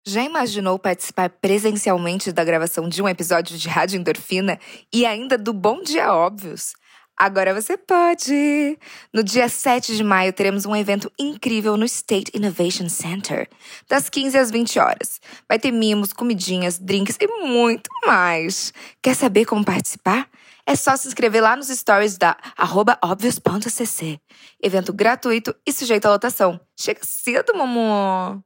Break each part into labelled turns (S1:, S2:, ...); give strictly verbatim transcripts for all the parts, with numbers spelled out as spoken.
S1: Já imaginou participar presencialmente da gravação de um episódio de Rádio Endorfina e ainda do Bom Dia Óbvios? Agora você pode! No dia sete de maio, teremos um evento incrível no State Innovation Center, das quinze às vinte horas. Vai ter mimos, comidinhas, drinks e muito mais. Quer saber como participar? É só se inscrever lá nos stories da arroba óbvios ponto c c. Evento gratuito e sujeito à lotação. Chega cedo, mamô!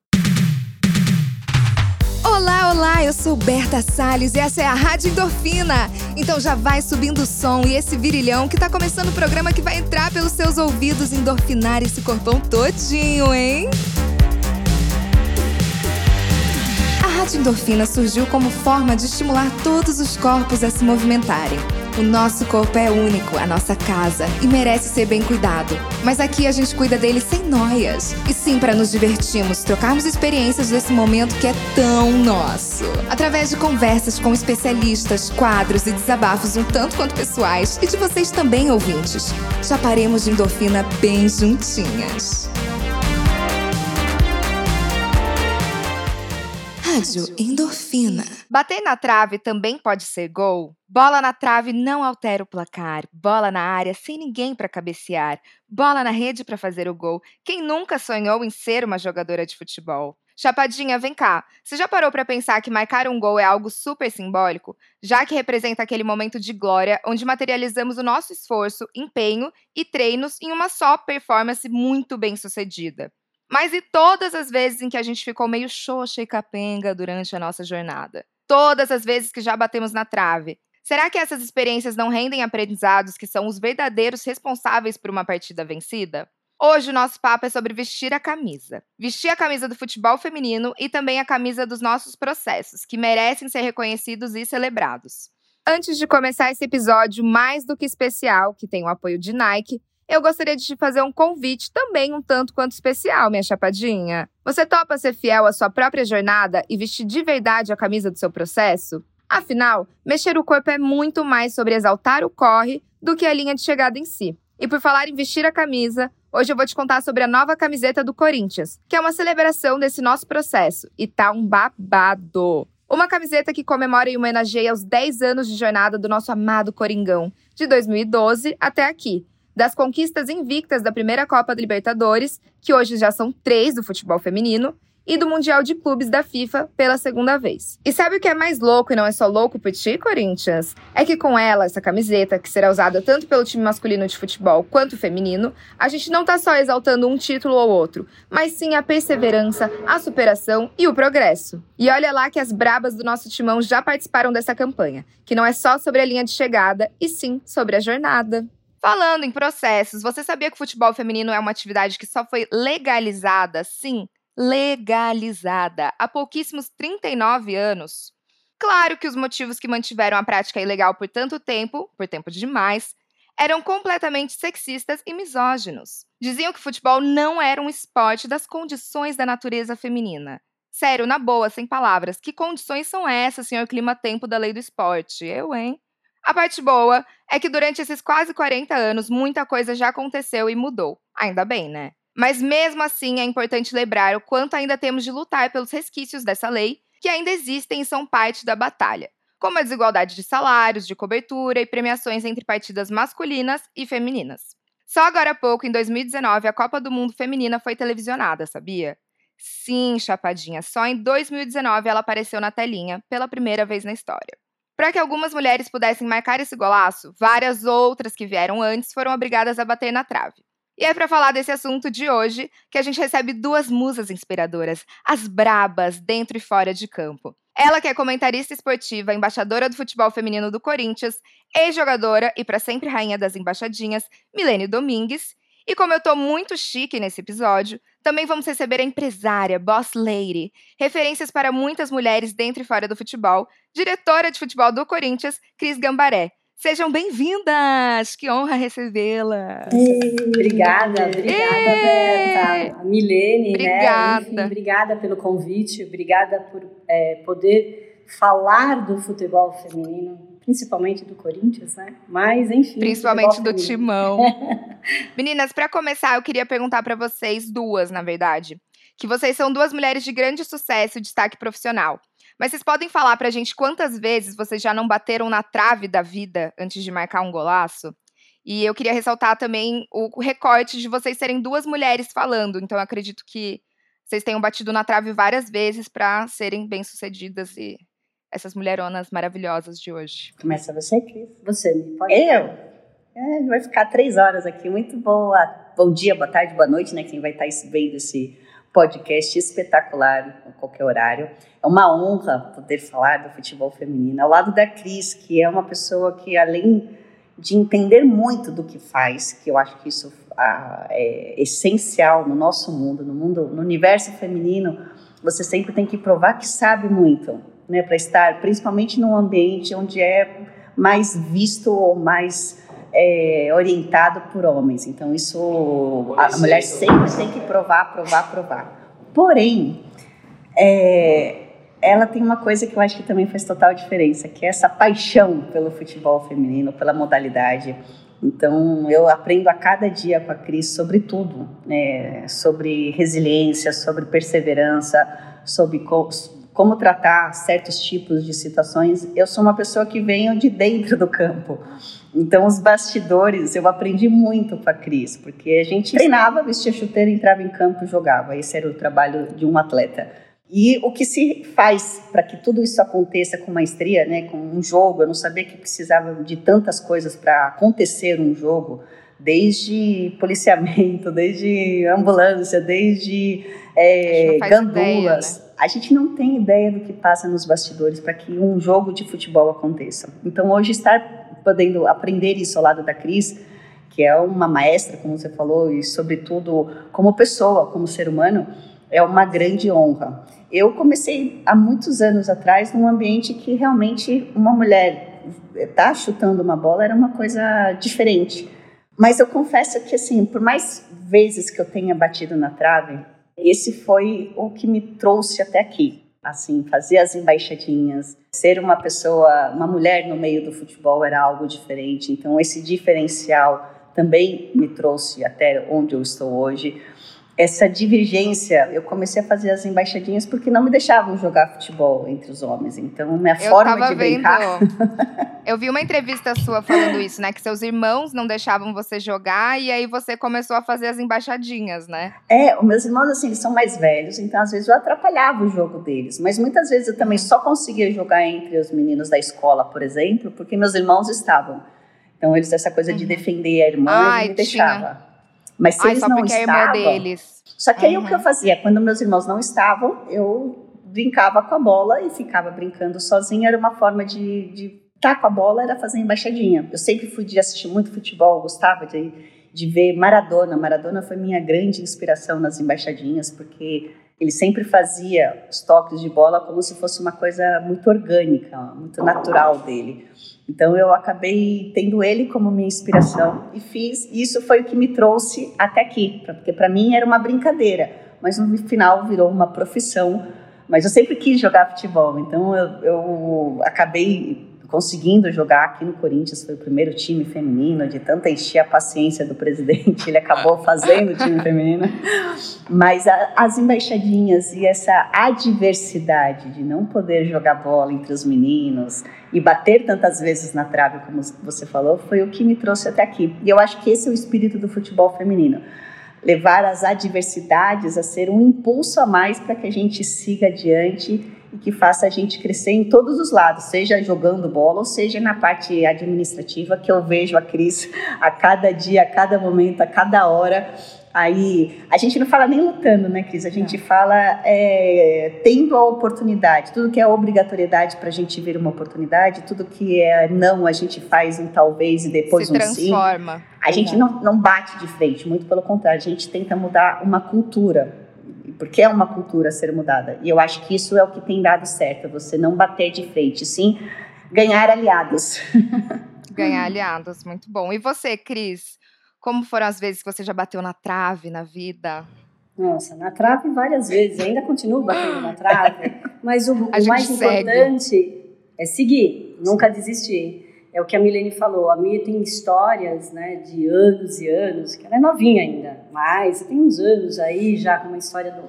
S1: Olá, olá, eu sou Berta Salles e essa é a Rádio Endorfina. Então já vai subindo o som e esse virilhão que tá começando o programa que vai entrar pelos seus ouvidos e endorfinar esse corpão todinho, hein? A Rádio Endorfina surgiu como forma de estimular todos os corpos a se movimentarem. O nosso corpo é único, a nossa casa, e merece ser bem cuidado. Mas aqui a gente cuida dele sem noias. E sim, para nos divertirmos, trocarmos experiências desse momento que é tão nosso. Através de conversas com especialistas, quadros e desabafos um tanto quanto pessoais, e de vocês também, ouvintes. Chaparemos de endorfina bem juntinhas. Rádio Endorfina. Bater na trave também pode ser gol? Bola na trave não altera o placar. Bola na área sem ninguém para cabecear. Bola na rede para fazer o gol. Quem nunca sonhou em ser uma jogadora de futebol? Chapadinha, vem cá. Você já parou para pensar que marcar um gol é algo super simbólico? Já que representa aquele momento de glória onde materializamos o nosso esforço, empenho e treinos em uma só performance muito bem sucedida. Mas e todas as vezes em que a gente ficou meio xoxa e capenga durante a nossa jornada? Todas as vezes que já batemos na trave? Será que essas experiências não rendem aprendizados que são os verdadeiros responsáveis por uma partida vencida? Hoje o nosso papo é sobre vestir a camisa. Vestir a camisa do futebol feminino e também a camisa dos nossos processos, que merecem ser reconhecidos e celebrados. Antes de começar esse episódio mais do que especial, que tem o apoio de Nike, eu gostaria de te fazer um convite também um tanto quanto especial, minha chapadinha. Você topa ser fiel à sua própria jornada e vestir de verdade a camisa do seu processo? Afinal, mexer o corpo é muito mais sobre exaltar o corre do que a linha de chegada em si. E por falar em vestir a camisa, hoje eu vou te contar sobre a nova camiseta do Corinthians, que é uma celebração desse nosso processo. E tá um babado! Uma camiseta que comemora e homenageia os dez anos de jornada do nosso amado Coringão, de dois mil e doze até aqui. Das conquistas invictas da primeira Copa da Libertadores, que hoje já são três do futebol feminino, e do Mundial de Clubes da FIFA pela segunda vez. E sabe o que é mais louco e não é só louco por ti, Corinthians? É que com ela, essa camiseta, que será usada tanto pelo time masculino de futebol quanto feminino, a gente não tá só exaltando um título ou outro, mas sim a perseverança, a superação e o progresso. E olha lá que as brabas do nosso timão já participaram dessa campanha, que não é só sobre a linha de chegada, e sim sobre a jornada. Falando em processos, você sabia que o futebol feminino é uma atividade que só foi legalizada, sim, legalizada, há pouquíssimos trinta e nove anos? Claro que os motivos que mantiveram a prática ilegal por tanto tempo, por tempo demais, eram completamente sexistas e misóginos. Diziam que o futebol não era um esporte das condições da natureza feminina. Sério, na boa, sem palavras, que condições são essas, senhor clima-tempo da lei do esporte? Eu, hein? A parte boa é que durante esses quase quarenta anos, muita coisa já aconteceu e mudou. Ainda bem, né? Mas mesmo assim, é importante lembrar o quanto ainda temos de lutar pelos resquícios dessa lei, que ainda existem e são parte da batalha, como a desigualdade de salários, de cobertura e premiações entre partidas masculinas e femininas. Só agora há pouco, em dois mil e dezenove, a Copa do Mundo Feminina foi televisionada, sabia? Sim, chapadinha, só em dois mil e dezenove ela apareceu na telinha, pela primeira vez na história. Para que algumas mulheres pudessem marcar esse golaço, várias outras que vieram antes foram obrigadas a bater na trave. E é para falar desse assunto de hoje que a gente recebe duas musas inspiradoras, as brabas dentro e fora de campo. Ela que é comentarista esportiva, embaixadora do futebol feminino do Corinthians, ex-jogadora e para sempre rainha das embaixadinhas, Milene Domingues. E como eu tô muito chique nesse episódio, também vamos receber a empresária, boss lady, referências para muitas mulheres dentro e fora do futebol, diretora de futebol do Corinthians, Cris Gambaré. Sejam bem-vindas! Que honra recebê-las!
S2: Obrigada, obrigada, Berta. A Milene,
S1: obrigada.
S2: né? Enfim, obrigada pelo convite, obrigada por é, poder falar do futebol feminino, principalmente do Corinthians, né? Mas, enfim...
S1: Principalmente do Timão. Meninas, para começar, eu queria perguntar para vocês duas, na verdade. que vocês são duas mulheres de grande sucesso e destaque profissional. Mas vocês podem falar pra gente quantas vezes vocês já não bateram na trave da vida antes de marcar um golaço? E eu queria ressaltar também o recorte de vocês serem duas mulheres falando. Então, eu acredito que vocês tenham batido na trave várias vezes para serem bem-sucedidas e essas mulheronas maravilhosas de hoje.
S2: Começa você, Cris.
S3: Você, me pode.
S2: Eu? É, vai ficar três horas aqui. Muito boa. Bom dia, boa tarde, boa noite, né? Quem vai estar vendo esse podcast espetacular a qualquer horário. É uma honra poder falar do futebol feminino ao lado da Cris, que é uma pessoa que, além de entender muito do que faz, que eu acho que isso ah, é essencial no nosso mundo, no mundo, no universo feminino, você sempre tem que provar que sabe muito, né, para estar principalmente num ambiente onde é mais visto ou mais é, orientado por homens. Então isso, a mulher sempre tem que provar, provar, provar. Porém, é, ela tem uma coisa que eu acho que também faz total diferença, que é essa paixão pelo futebol feminino, pela modalidade. Então, eu aprendo a cada dia com a Cris sobre tudo, né? Sobre resiliência, sobre perseverança, sobre co- como tratar certos tipos de situações. Eu sou uma pessoa que venho de dentro do campo. Então, os bastidores, eu aprendi muito com a Cris, porque a gente treinava, vestia chuteira, entrava em campo e jogava. Esse era o trabalho de um atleta. E o que se faz para que tudo isso aconteça com maestria, né, com um jogo, eu não sabia que precisava de tantas coisas para acontecer um jogo, desde policiamento, desde ambulância, desde é, gandulas. Ideia, né? A gente não tem ideia do que passa nos bastidores para que um jogo de futebol aconteça. Então, hoje, estar podendo aprender isso ao lado da Cris, que é uma maestra, como você falou, e sobretudo como pessoa, como ser humano, é uma grande honra. Eu comecei há muitos anos atrás num ambiente que realmente uma mulher tá chutando uma bola era uma coisa diferente. Mas eu confesso que, assim, por mais vezes que eu tenha batido na trave, esse foi o que me trouxe até aqui. Assim, fazer as embaixadinhas, ser uma pessoa, uma mulher no meio do futebol era algo diferente. Então, esse diferencial também me trouxe até onde eu estou hoje. Essa divergência, eu comecei a fazer as embaixadinhas porque não me deixavam jogar futebol entre os homens. Então, minha
S1: eu
S2: forma
S1: tava
S2: de brincar...
S1: Vendo. Eu vi uma entrevista sua falando isso, né? Que seus irmãos não deixavam você jogar e aí você começou a fazer as embaixadinhas, né?
S2: É, os meus irmãos, assim, eles são mais velhos, então às vezes eu atrapalhava o jogo deles. Mas muitas vezes eu também só conseguia jogar entre os meninos da escola, por exemplo, porque meus irmãos estavam. Então, eles, essa coisa de defender a irmã,
S1: Ai,
S2: ele me deixava.
S1: Tinha...
S2: Mas se
S1: Ai,
S2: eles
S1: só
S2: não
S1: porque
S2: estavam...
S1: é a irmã deles.
S2: Só que aí
S1: uhum.
S2: o que eu fazia? Quando meus irmãos não estavam, eu brincava com a bola e ficava brincando sozinha. Era uma forma de, de estar com a bola, era fazer embaixadinha. Eu sempre fui de assistir muito futebol, gostava de, de ver Maradona. Maradona foi minha grande inspiração nas embaixadinhas, porque ele sempre fazia os toques de bola como se fosse uma coisa muito orgânica, muito natural dele. Então eu acabei tendo ele como minha inspiração e fiz, e isso foi o que me trouxe até aqui, porque para mim era uma brincadeira, mas no final virou uma profissão. Mas eu sempre quis jogar futebol, então eu, eu acabei conseguindo jogar aqui no Corinthians. Foi o primeiro time feminino, de tanto encher a paciência do presidente, ele acabou fazendo o time feminino. Mas a, as embaixadinhas e essa adversidade de não poder jogar bola entre os meninos e bater tantas vezes na trave, como você falou, foi o que me trouxe até aqui. E eu acho que esse é o espírito do futebol feminino. Levar as adversidades a ser um impulso a mais para que a gente siga adiante e que faça a gente crescer em todos os lados, seja jogando bola ou seja na parte administrativa, que eu vejo a Cris a cada dia, a cada momento, a cada hora. Aí, a gente não fala nem lutando, né, Cris? A gente não. fala é, tendo a oportunidade. Tudo que é obrigatoriedade para a gente ver uma oportunidade, tudo que é não, a gente faz um talvez e depois
S1: Se
S2: um
S1: transforma.
S2: sim. A gente não, não bate de frente, muito pelo contrário, a gente tenta mudar uma cultura, porque é uma cultura a ser mudada. E eu acho que isso é o que tem dado certo, você não bater de frente, sim ganhar aliados.
S1: Ganhar aliados, muito bom. E você, Cris? Como foram as vezes que você já bateu na trave na vida?
S3: Nossa, na trave várias vezes, ainda continuo batendo na trave, mas o, o mais
S1: segue.
S3: importante é seguir, nunca desistir. É o que a Milene falou, a Mia tem histórias, né, de anos e anos, que ela é novinha ainda, mas tem uns anos aí já com uma história do,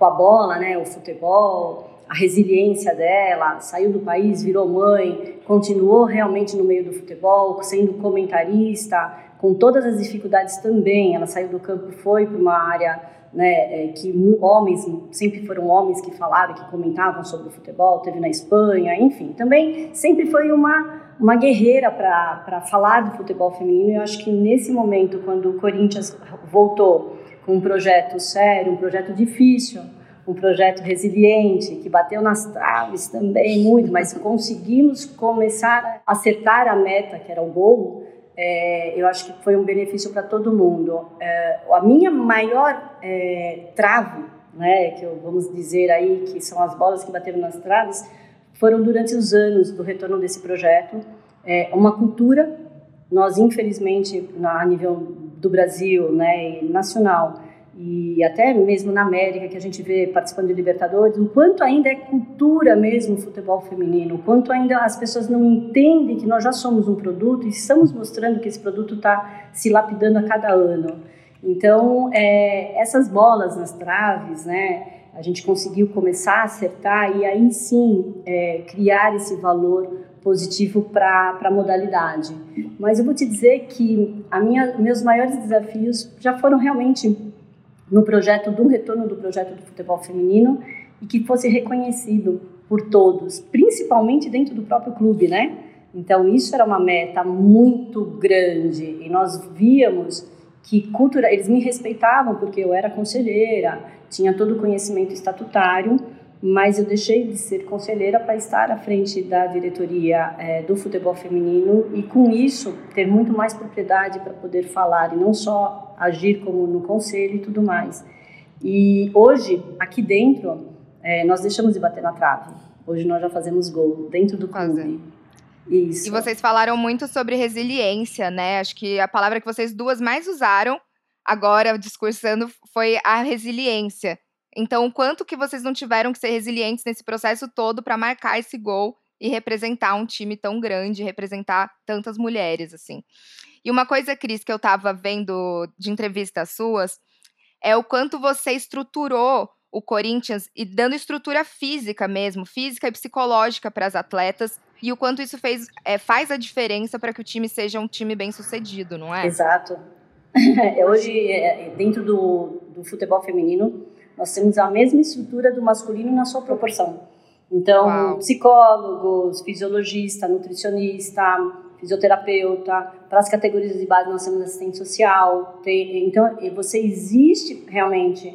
S3: com a bola, né, o futebol, a resiliência dela, saiu do país, virou mãe, continuou realmente no meio do futebol, sendo comentarista, com todas as dificuldades também. Ela saiu do campo e foi para uma área, né, que homens, sempre foram homens que falavam, que comentavam sobre o futebol, teve na Espanha, enfim. Também sempre foi uma, uma guerreira para falar do futebol feminino, e eu acho que nesse momento, quando o Corinthians voltou com um projeto sério, um projeto difícil, um projeto resiliente, que bateu nas traves também muito, mas conseguimos começar a acertar a meta, que era o gol. É, eu acho que foi um benefício para todo mundo. É, a minha maior é, trave, né, que eu, vamos dizer aí, que são as bolas que bateram nas traves, foram durante os anos do retorno desse projeto. É, uma cultura, nós infelizmente, a nível do Brasil, né, e nacional, e até mesmo na América, que a gente vê participando de Libertadores, o quanto ainda é cultura mesmo o futebol feminino, o quanto ainda as pessoas não entendem que nós já somos um produto e estamos mostrando que esse produto está se lapidando a cada ano. Então, é, essas bolas nas traves, né, a gente conseguiu começar a acertar e aí sim é, criar esse valor positivo para a modalidade. Mas eu vou te dizer que a minha, meus maiores desafios já foram realmente no projeto do retorno do projeto do futebol feminino e que fosse reconhecido por todos, principalmente dentro do próprio clube, né? Então isso era uma meta muito grande e nós víamos que cultura, eles me respeitavam porque eu era conselheira, tinha todo o conhecimento estatutário, mas eu deixei de ser conselheira para estar à frente da diretoria é, do futebol feminino e com isso ter muito mais propriedade para poder falar e não só agir como no conselho e tudo mais. E hoje, aqui dentro, é, nós deixamos de bater na trave. Hoje nós já fazemos gol dentro do clube. Isso.
S1: E vocês falaram muito sobre resiliência, né? Acho que a palavra que vocês duas mais usaram agora, discursando, foi a resiliência. Então, o quanto que vocês não tiveram que ser resilientes nesse processo todo para marcar esse gol e representar um time tão grande, representar tantas mulheres, assim. E uma coisa, Cris, que eu estava vendo de entrevistas suas, é o quanto você estruturou o Corinthians e dando estrutura física mesmo, física e psicológica para as atletas, e o quanto isso fez, é, faz a diferença para que o time seja um time bem sucedido, não é?
S3: Exato. Hoje, dentro do, do futebol feminino, nós temos a mesma estrutura do masculino na sua proporção. Então, Uau. psicólogos, fisiologista, nutricionista, fisioterapeuta, para as categorias de base nós temos assistente social. Tem, então, você existe realmente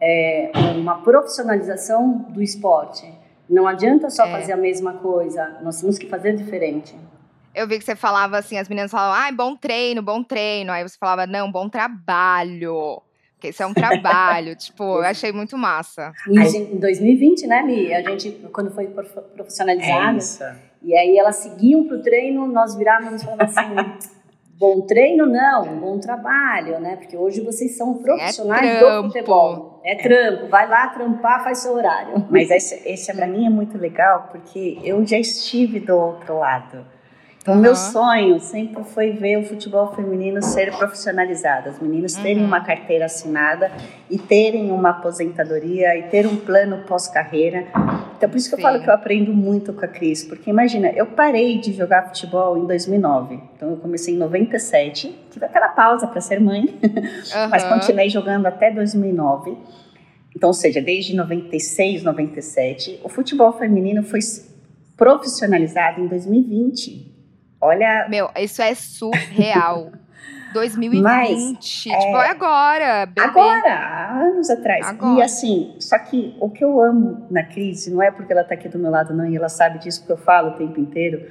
S3: é, uma profissionalização do esporte. Não adianta só é. fazer a mesma coisa, nós temos que fazer diferente.
S1: Eu vi que você falava assim, as meninas falavam, ah, bom treino, bom treino. Aí você falava, não, bom trabalho. Porque isso é um trabalho, tipo, eu achei muito massa.
S3: Isso em dois mil e vinte, né, Mi? A gente, quando foi profissionalizada, é isso. E aí elas seguiam pro treino, nós virávamos e falávamos assim, bom treino não, bom trabalho, né? Porque hoje vocês são profissionais é do futebol. É trampo, vai lá trampar, faz seu horário.
S2: Mas esse, esse pra mim é muito legal, porque eu já estive do outro lado. Então, uhum. meu sonho sempre foi ver o futebol feminino ser profissionalizado, as meninas terem uhum. uma carteira assinada e terem uma aposentadoria e ter um plano pós-carreira. Então, por isso que Sim. eu falo que eu aprendo muito com a Cris, porque imagina, eu parei de jogar futebol em dois mil e nove, então eu comecei em noventa e sete, tive aquela pausa para ser mãe, uhum. mas continuei jogando até dois mil e nove. Então, ou seja, desde noventa e seis, noventa e sete, o futebol feminino foi profissionalizado em dois mil e vinte. Olha...
S1: Meu, isso é surreal. dois mil e vinte, Mas, tipo, é agora. Bebê.
S2: Agora, há anos atrás. Agora. E assim, só que o que eu amo na Cris, não é porque ela tá aqui do meu lado não, e ela sabe disso porque eu falo o tempo inteiro,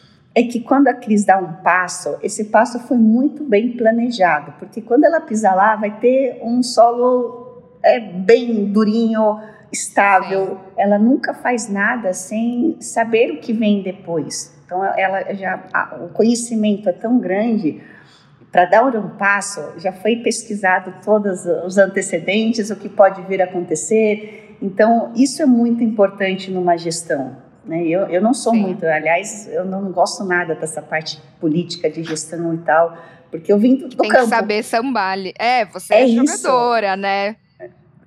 S2: é que quando a Cris dá um passo, esse passo foi muito bem planejado, porque quando ela pisar lá, vai ter um solo é, bem durinho, estável. Sim. Ela nunca faz nada sem saber o que vem depois. Então, ela já, a, o conhecimento é tão grande, para dar um passo, já foi pesquisado todos os antecedentes, o que pode vir a acontecer. Então, isso é muito importante numa gestão. Né? Eu, eu não sou Sim. muito, aliás, eu não gosto nada dessa parte política de gestão e tal, porque eu vim do, do
S1: Tem
S2: campo.
S1: Tem que saber sambar. É, você é, é jogadora,
S2: isso.
S1: né?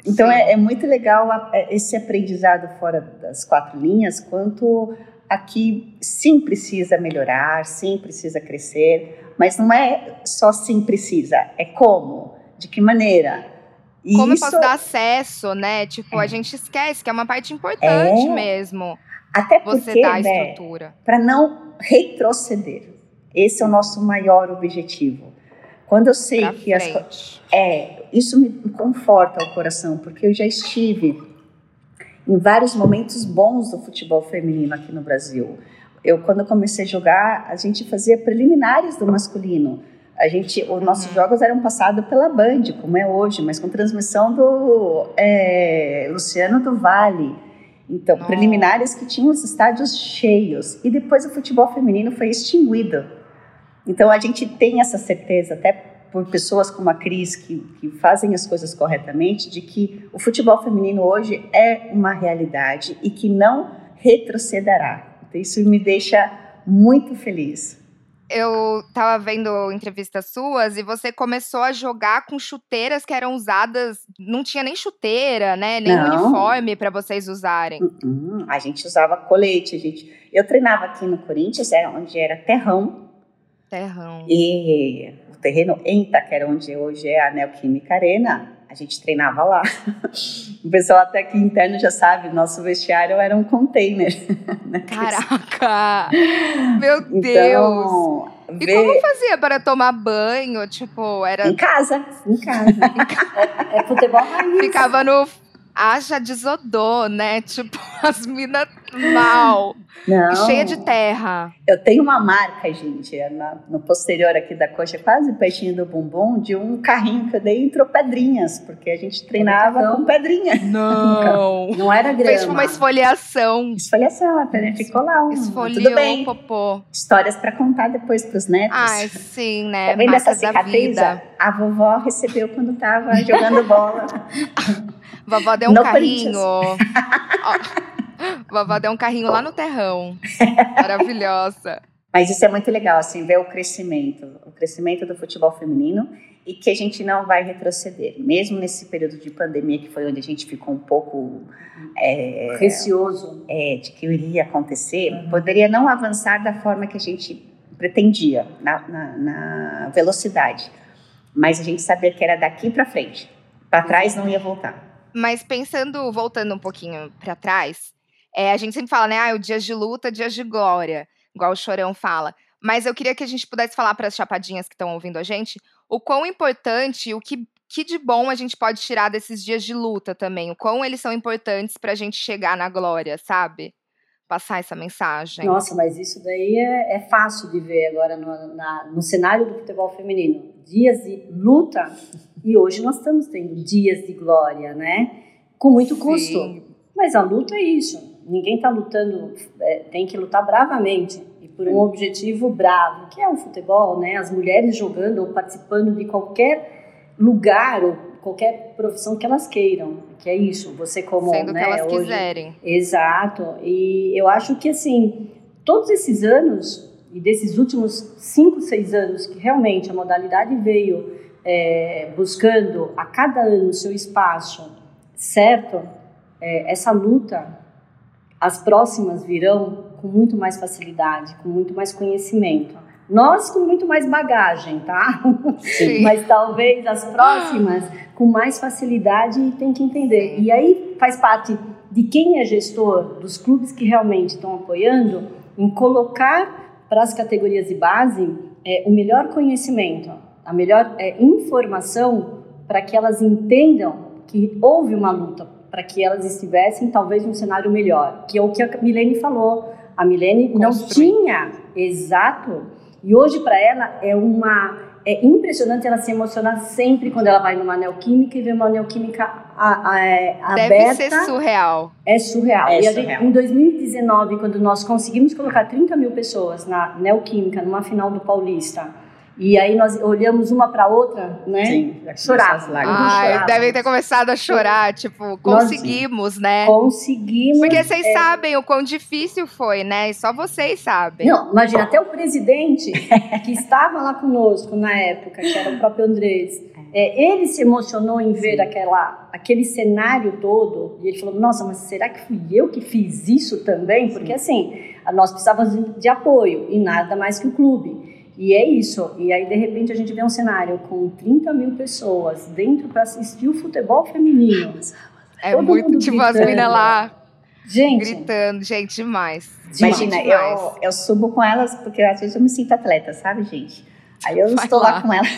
S2: Então é, é muito legal a, esse aprendizado fora das quatro linhas, quanto aqui sim precisa melhorar, sim precisa crescer, mas não é só sim precisa, é como, de que maneira.
S1: E como isso, eu posso dar acesso, né? Tipo, é. a gente esquece que é uma parte importante é. mesmo.
S2: Até porque,
S1: você dá a estrutura.
S2: Né, para não retroceder. Esse é o nosso maior objetivo. Quando eu sei
S1: pra
S2: que
S1: frente.
S2: as é, isso me conforta o coração, porque eu já estive em vários momentos bons do futebol feminino aqui no Brasil. Eu, quando eu comecei a jogar, a gente fazia preliminares do masculino. A gente, os nossos uhum. jogos eram passados pela Band, como é hoje, mas com transmissão do é, Luciano do Vale. Então, oh. preliminares que tinham os estádios cheios. E depois o futebol feminino foi extinguido. Então, a gente tem essa certeza, até por pessoas como a Cris, que, que fazem as coisas corretamente, de que o futebol feminino hoje é uma realidade e que não retrocederá. Então, isso me deixa muito feliz.
S1: Eu tava vendo entrevistas suas e você começou a jogar com chuteiras que eram usadas, não tinha nem chuteira, né? Nem não. uniforme para vocês usarem.
S2: Uh-uh. A gente usava colete, a gente... Eu treinava aqui no Corinthians, era onde era terrão.
S1: Terrão.
S2: E o terreno em Itaquera, onde hoje é a Neoquímica Arena, a gente treinava lá. O pessoal até aqui interno já sabe, nosso vestiário era um container.
S1: Caraca! Meu Deus! Então, e ver... como fazia para tomar banho? Tipo, era...
S2: Em casa, em casa.
S3: é, é futebol raiz.
S1: Ficava no... Haja desodor, né? Tipo, as minas mal.
S2: Não.
S1: E cheia de terra.
S2: Eu tenho uma marca, gente, na, no posterior aqui da coxa, quase pertinho do bumbum, de um carrinho que eu dei e entrou pedrinhas, porque a gente treinava então, com pedrinha.
S1: Não.
S3: Não era grama.
S1: Fez uma esfoliação.
S2: Esfoliação, a pedrinha ficou lá. Um,
S1: Esfoliou
S2: tudo bem.
S1: o popô.
S2: Histórias para contar depois pros netos.
S1: Ai, sim, né?
S2: Tá vendo
S1: Marcas
S2: essa cicatriz? A vovó recebeu quando tava jogando bola.
S1: Vovó deu um no carrinho. Ó, vovó deu um carrinho lá no terrão. Maravilhosa.
S2: Mas isso é muito legal, assim, ver o crescimento. O crescimento do futebol feminino e que a gente não vai retroceder. Mesmo nesse período de pandemia, que foi onde a gente ficou um pouco... É,
S3: receoso.
S2: É, de que iria acontecer, uhum. poderia não avançar da forma que a gente pretendia, na, na, na velocidade. Mas a gente sabia que era daqui para frente. Para trás não ia voltar.
S1: Mas pensando, voltando um pouquinho para trás, é, a gente sempre fala, né, ah, o dias de luta, dias de glória, igual o Chorão fala. Mas eu queria que a gente pudesse falar para as chapadinhas que estão ouvindo a gente, o quão importante, o que, que de bom a gente pode tirar desses dias de luta também, o quão eles são importantes para a gente chegar na glória, sabe? Passar essa mensagem.
S3: Nossa, mas isso daí é, é fácil de ver agora no, na, no cenário do futebol feminino. Dias de luta, e hoje nós estamos tendo dias de glória, né? Com muito custo. Sim. Mas a luta é isso. Ninguém está lutando, é, tem que lutar bravamente. E por um objetivo bravo, que é o futebol, né? As mulheres jogando ou participando de qualquer lugar ou qualquer profissão que elas queiram. Que é isso, você como...
S1: Sendo
S3: né,
S1: que elas
S3: hoje,
S1: quiserem.
S3: Exato. E eu acho que, assim, todos esses anos... E desses últimos cinco, seis anos que realmente a modalidade veio é, buscando a cada ano o seu espaço, certo? É, essa luta, as próximas virão com muito mais facilidade, com muito mais conhecimento. Nós com muito mais bagagem, tá?
S1: Sim.
S3: Mas talvez as próximas com mais facilidade e tem que entender. Sim. E aí faz parte de quem é gestor, dos clubes que realmente estão apoiando, em colocar para as categorias de base é, o melhor conhecimento, a melhor é, informação para que elas entendam que houve uma luta, para que elas estivessem talvez num cenário melhor, que é o que a Milene falou. A Milene não tinha, exato, e hoje para ela é uma... É impressionante ela se emocionar sempre quando ela vai numa neoquímica e vê uma neoquímica a, a, a, aberta.
S1: Deve ser surreal.
S3: É surreal.
S2: É
S3: e a
S2: surreal.
S3: Gente, em dois mil e dezenove, quando nós conseguimos colocar trinta mil pessoas na neoquímica, numa final do Paulista, e aí nós olhamos uma para outra, né?
S2: Sim,
S3: chorava.
S1: Ai, devem ter começado a chorar, tipo, conseguimos, nós, né?
S3: Conseguimos.
S1: Porque vocês é... sabem o quão difícil foi, né? E só vocês sabem.
S3: Não, imagina, até o presidente que estava lá conosco na época, que era o próprio Andrés, É, ele se emocionou em ver aquela, aquele cenário todo, e ele falou, nossa, mas será que fui eu que fiz isso também? Porque assim, nós precisávamos de, de apoio, e nada mais que o clube. E é isso, e aí de repente a gente vê um cenário com trinta mil pessoas dentro para assistir o futebol feminino.
S1: É Todo muito, tipo, gritando. As meninas lá
S3: gente,
S1: gritando, gente, demais.
S2: Imagina,
S1: demais.
S2: Eu, eu subo com elas, porque às vezes eu me sinto atleta, sabe, gente? Aí eu Vai estou lá, lá com elas.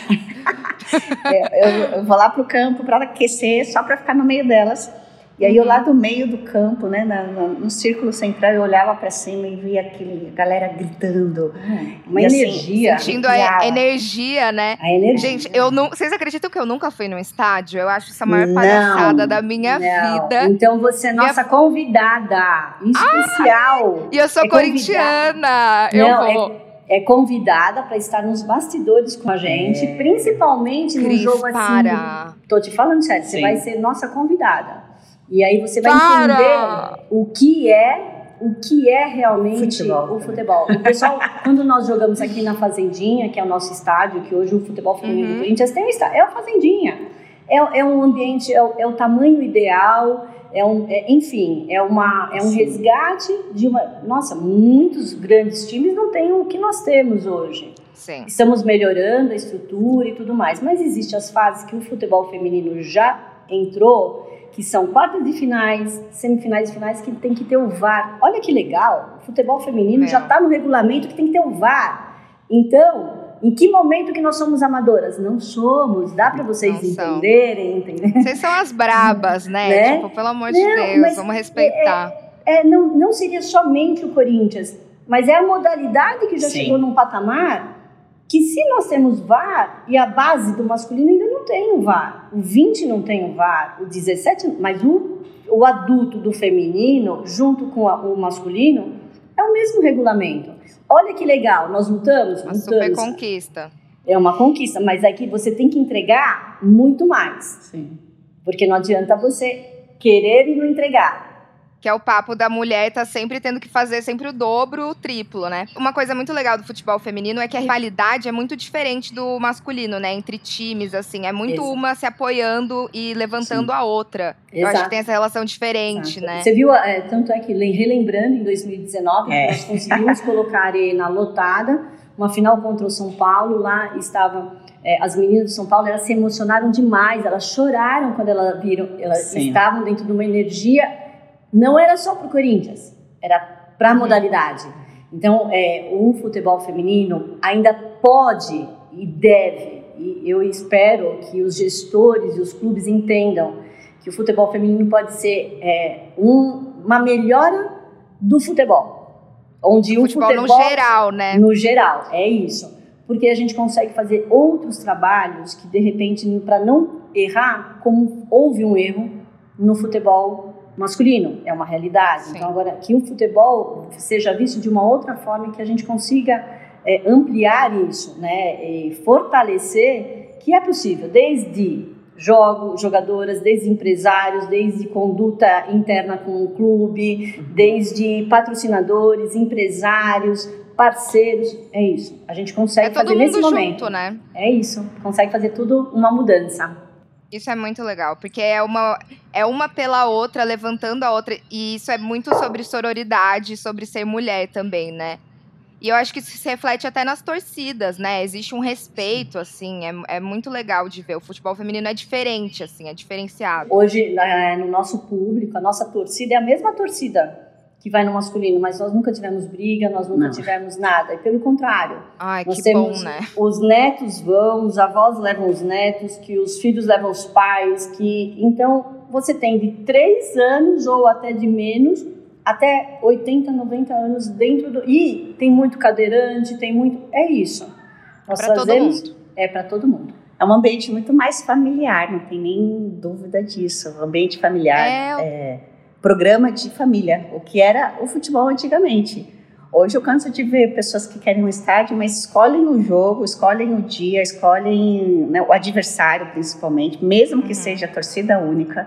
S2: eu, eu, eu vou lá pro campo para aquecer, só para ficar no meio delas. E aí eu lá do meio do campo, né, na, na, no círculo central, eu olhava para cima e via aquele galera gritando.
S3: Uma energia.
S1: Assim, sentindo a energia, né?
S3: A energia.
S1: Gente, eu não, vocês acreditam que eu nunca fui num estádio? Eu acho isso a maior palhaçada da minha não. vida.
S3: Então você é nossa minha... convidada, em especial.
S1: Ah, e eu sou
S3: é
S1: corintiana. Eu
S3: não,
S1: vou...
S3: É... É convidada para estar nos bastidores com a gente, é. principalmente
S1: Cris,
S3: num jogo assim.
S1: Para.
S3: Tô te falando sério, Sim. você vai ser nossa convidada. E aí você vai
S1: para.
S3: entender o que é, o que é realmente
S2: futebol.
S3: o futebol. O pessoal, quando nós jogamos aqui na Fazendinha, que é o nosso estádio, que hoje o futebol feminino uhum. do Corinthians tem um estádio, é a Fazendinha. É, é um ambiente, é o, é o tamanho ideal. É um, é, enfim, é, uma, é um Sim. resgate de uma... Nossa, muitos grandes times não têm o que nós temos hoje.
S1: Sim.
S3: Estamos melhorando a estrutura e tudo mais, mas existem as fases que o futebol feminino já entrou, que são quartas de finais, semifinais e finais, que tem que ter o V A R. Olha que legal, o futebol feminino é. já está no regulamento que tem que ter o V A R. Então... Em que momento que nós somos amadoras? Não somos, dá para vocês não entenderem, entender?
S1: Vocês são as brabas, né? né? Tipo, pelo amor de não, Deus, vamos respeitar.
S3: É, é, não, não seria somente o Corinthians, mas é a modalidade que já Sim. chegou num patamar que se nós temos V A R, e a base do masculino ainda não tem o V A R, o vinte não tem o V A R, o dezessete, mas o, o adulto do feminino, junto com a, o masculino, é o mesmo regulamento. Olha que legal, nós lutamos,
S1: uma
S3: lutamos.
S1: super conquista.
S3: É uma conquista, mas aqui você tem que entregar muito mais.
S2: Sim.
S3: Porque não adianta você querer e não entregar.
S1: Que é o papo da mulher tá sempre tendo que fazer sempre o dobro, o triplo, né? Uma coisa muito legal do futebol feminino é que a rivalidade é muito diferente do masculino, né? Entre times, assim. É muito Exato. uma se apoiando e levantando Sim. a outra. Exato. Eu acho que tem essa relação diferente, Exato. né?
S3: Você viu, é, tanto é que, relembrando, em dois mil e dezenove, é. nós conseguimos colocar a arena lotada, uma final contra o São Paulo, lá estavam... É, as meninas do São Paulo, elas se emocionaram demais, elas choraram quando elas viram, elas Sim. estavam dentro de uma energia... Não era só para o Corinthians, era para a modalidade. Então, é, o futebol feminino ainda pode e deve, e eu espero que os gestores e os clubes entendam que o futebol feminino pode ser é, um, uma melhora do futebol. Onde o, o futebol, futebol
S1: no geral, né?
S3: No geral, é isso. Porque a gente consegue fazer outros trabalhos que, de repente, para não errar, como houve um erro no futebol masculino, é uma realidade. Sim. Então, agora, que o futebol seja visto de uma outra forma, que a gente consiga é, ampliar isso, né, e fortalecer, que é possível, desde jogos, jogadoras, desde empresários, desde conduta interna com o clube, uhum. desde patrocinadores, empresários, parceiros, é isso. A gente consegue
S1: é todo
S3: fazer
S1: mundo
S3: nesse
S1: junto,
S3: momento.
S1: Né?
S3: É isso, consegue fazer tudo uma mudança.
S1: Isso é muito legal, porque é uma, é uma pela outra, levantando a outra, e isso é muito sobre sororidade, sobre ser mulher também, né? E eu acho que isso se reflete até nas torcidas, né? Existe um respeito, assim, é, é muito legal de ver. O futebol feminino é diferente, assim, é diferenciado.
S3: Hoje, no nosso público, a nossa torcida é a mesma torcida que vai no masculino, mas nós nunca tivemos briga, nós nunca Não. tivemos nada, e pelo contrário.
S1: Ai,
S3: nós
S1: que
S3: temos,
S1: bom, né?
S3: Os netos vão, os avós levam os netos, que os filhos levam os pais, que então você tem de três anos ou até de menos, até oitenta, noventa anos dentro do... E tem muito cadeirante, tem muito... É isso.
S1: Nós é para todo mundo.
S3: É para todo mundo.
S2: É um ambiente muito mais familiar, não tem nem dúvida disso. O ambiente familiar
S1: é...
S2: é... programa de família, o que era o futebol antigamente. Hoje eu canso de ver pessoas que querem um estádio, mas escolhem o jogo, escolhem o dia, escolhem, né, o adversário principalmente, mesmo que uhum. seja a torcida única.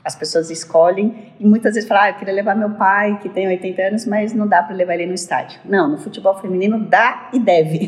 S2: As pessoas escolhem e muitas vezes falam, ah, eu queria levar meu pai, que tem oitenta anos, mas não dá para levar ele no estádio. Não, no futebol feminino dá e deve.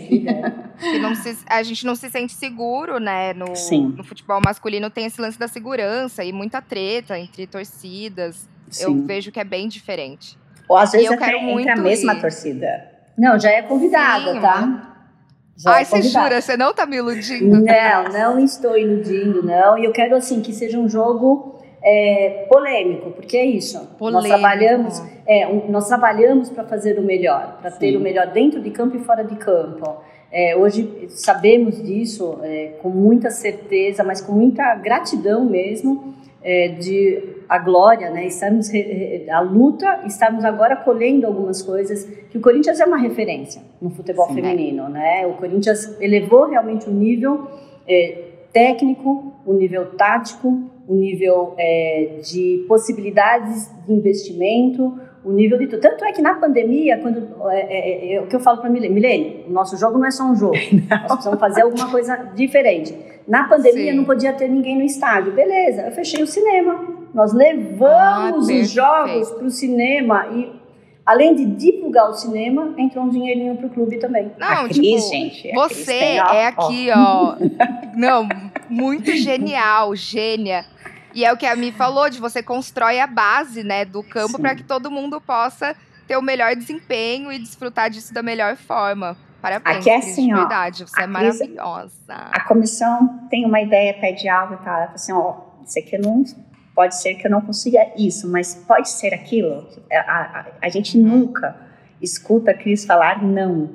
S1: Que não se, a gente não se sente seguro, né? No,
S2: Sim.
S1: no futebol masculino tem esse lance da segurança e muita treta entre torcidas.
S2: Sim.
S1: Eu vejo que é bem diferente.
S2: Ou às vezes
S1: eu
S2: até
S1: quero
S2: entre
S1: muito
S2: a mesma
S1: ir.
S2: torcida.
S3: Não, já é convidada,
S1: Sim,
S3: tá? Já
S1: Ai,
S3: é
S1: você
S3: convidada.
S1: jura? Você não tá me iludindo?
S3: Não, não estou iludindo, não. E eu quero, assim, que seja um jogo é, polêmico, porque é isso.
S1: Polêmico.
S3: Nós trabalhamos, é, um, nós trabalhamos para fazer o melhor, para ter o melhor dentro de campo e fora de campo. É, hoje sabemos disso é, com muita certeza, mas com muita gratidão mesmo, é, de a glória, né? Estamos a luta, estamos agora colhendo algumas coisas que o Corinthians é uma referência no futebol Sim, feminino, é. né? O Corinthians elevou realmente o nível é, técnico, o nível tático, o nível é, de possibilidades de investimento, o nível de tudo. Tanto é que na pandemia, quando é, é, é o que eu falo para a Milene, Milene, o nosso jogo não é só um jogo, nós precisamos fazer alguma coisa diferente. Na pandemia Sim. não podia ter ninguém no estádio, beleza, eu fechei o cinema, nós levamos ah, os jogos para o cinema e além de divulgar o cinema, entrou um dinheirinho pro clube também.
S1: Não,
S2: a
S1: tipo,
S2: Cris, gente,
S1: você
S2: Cris tem, ó,
S1: é aqui, ó, não, muito genial, gênia. E é o que a Mi falou, de você constrói a base, né, do campo para que todo mundo possa ter o melhor desempenho e desfrutar disso da melhor forma. Parabéns,
S2: Aqui é
S1: Cris,
S2: assim,
S1: de
S2: ó,
S1: verdade, você é
S2: Cris,
S1: maravilhosa.
S2: A comissão tem uma ideia, pede algo e tal, ela fala assim, ó, isso aqui não... Pode ser que eu não consiga isso, mas pode ser aquilo. A, a, a gente uhum. nunca escuta a Cris falar não.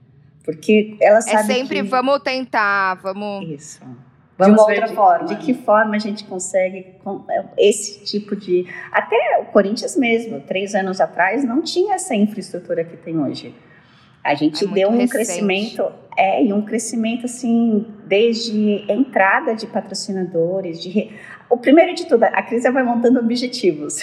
S2: Porque ela sabe
S1: É sempre,
S2: que...
S1: vamos tentar, vamos...
S2: Isso.
S3: Vamos
S2: de uma
S3: ver
S2: outra
S3: de,
S2: forma. De que forma a gente consegue esse tipo de... Até o Corinthians mesmo, três anos atrás, não tinha essa infraestrutura que tem hoje. A gente é deu um recente. crescimento... É, e um crescimento, assim, desde entrada de patrocinadores, de... Re... O primeiro de tudo, a Cris vai montando objetivos.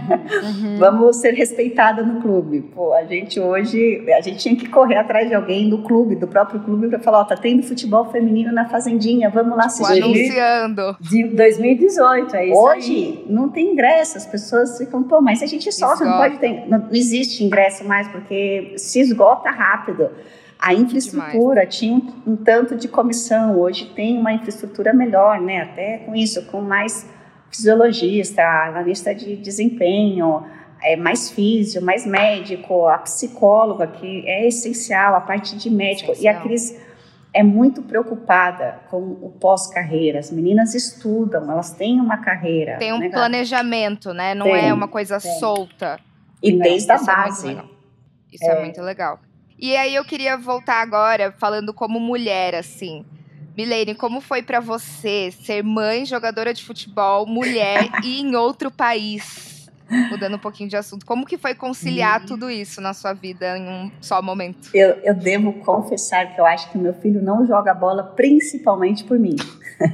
S2: Uhum. Vamos ser respeitada no clube. Pô, a gente hoje, a gente tinha que correr atrás de alguém do clube, do próprio clube, para falar, ó, tá tendo futebol feminino na Fazendinha, vamos lá assistir.
S1: Anunciando.
S3: De dois mil e dezoito, é isso
S2: hoje,
S3: aí.
S2: Não tem ingresso, as pessoas ficam, pô, mas a gente é sócio, não pode ter, não, não existe ingresso mais, porque se esgota rápido. A infraestrutura Demais. tinha um, um tanto de comissão, hoje tem uma infraestrutura melhor, né? Até com isso, com mais fisiologista, analista de desempenho, é, mais físio, mais médico, a psicóloga, que é essencial, a parte de médico. Essencial. E a Cris é muito preocupada com o pós-carreira. As meninas estudam, elas têm uma carreira.
S1: Tem um
S2: né,
S1: planejamento, né? Não
S2: tem,
S1: é uma coisa
S2: tem.
S1: solta.
S2: E desde a
S1: Isso
S2: base.
S1: É Isso é. é muito legal. E aí eu queria voltar agora falando como mulher, assim. Milene, como foi pra você ser mãe, jogadora de futebol, mulher e em outro país? Mudando um pouquinho de assunto. Como que foi conciliar tudo isso na sua vida em um só momento?
S2: Eu, eu devo confessar que eu acho que meu filho não joga bola principalmente por mim.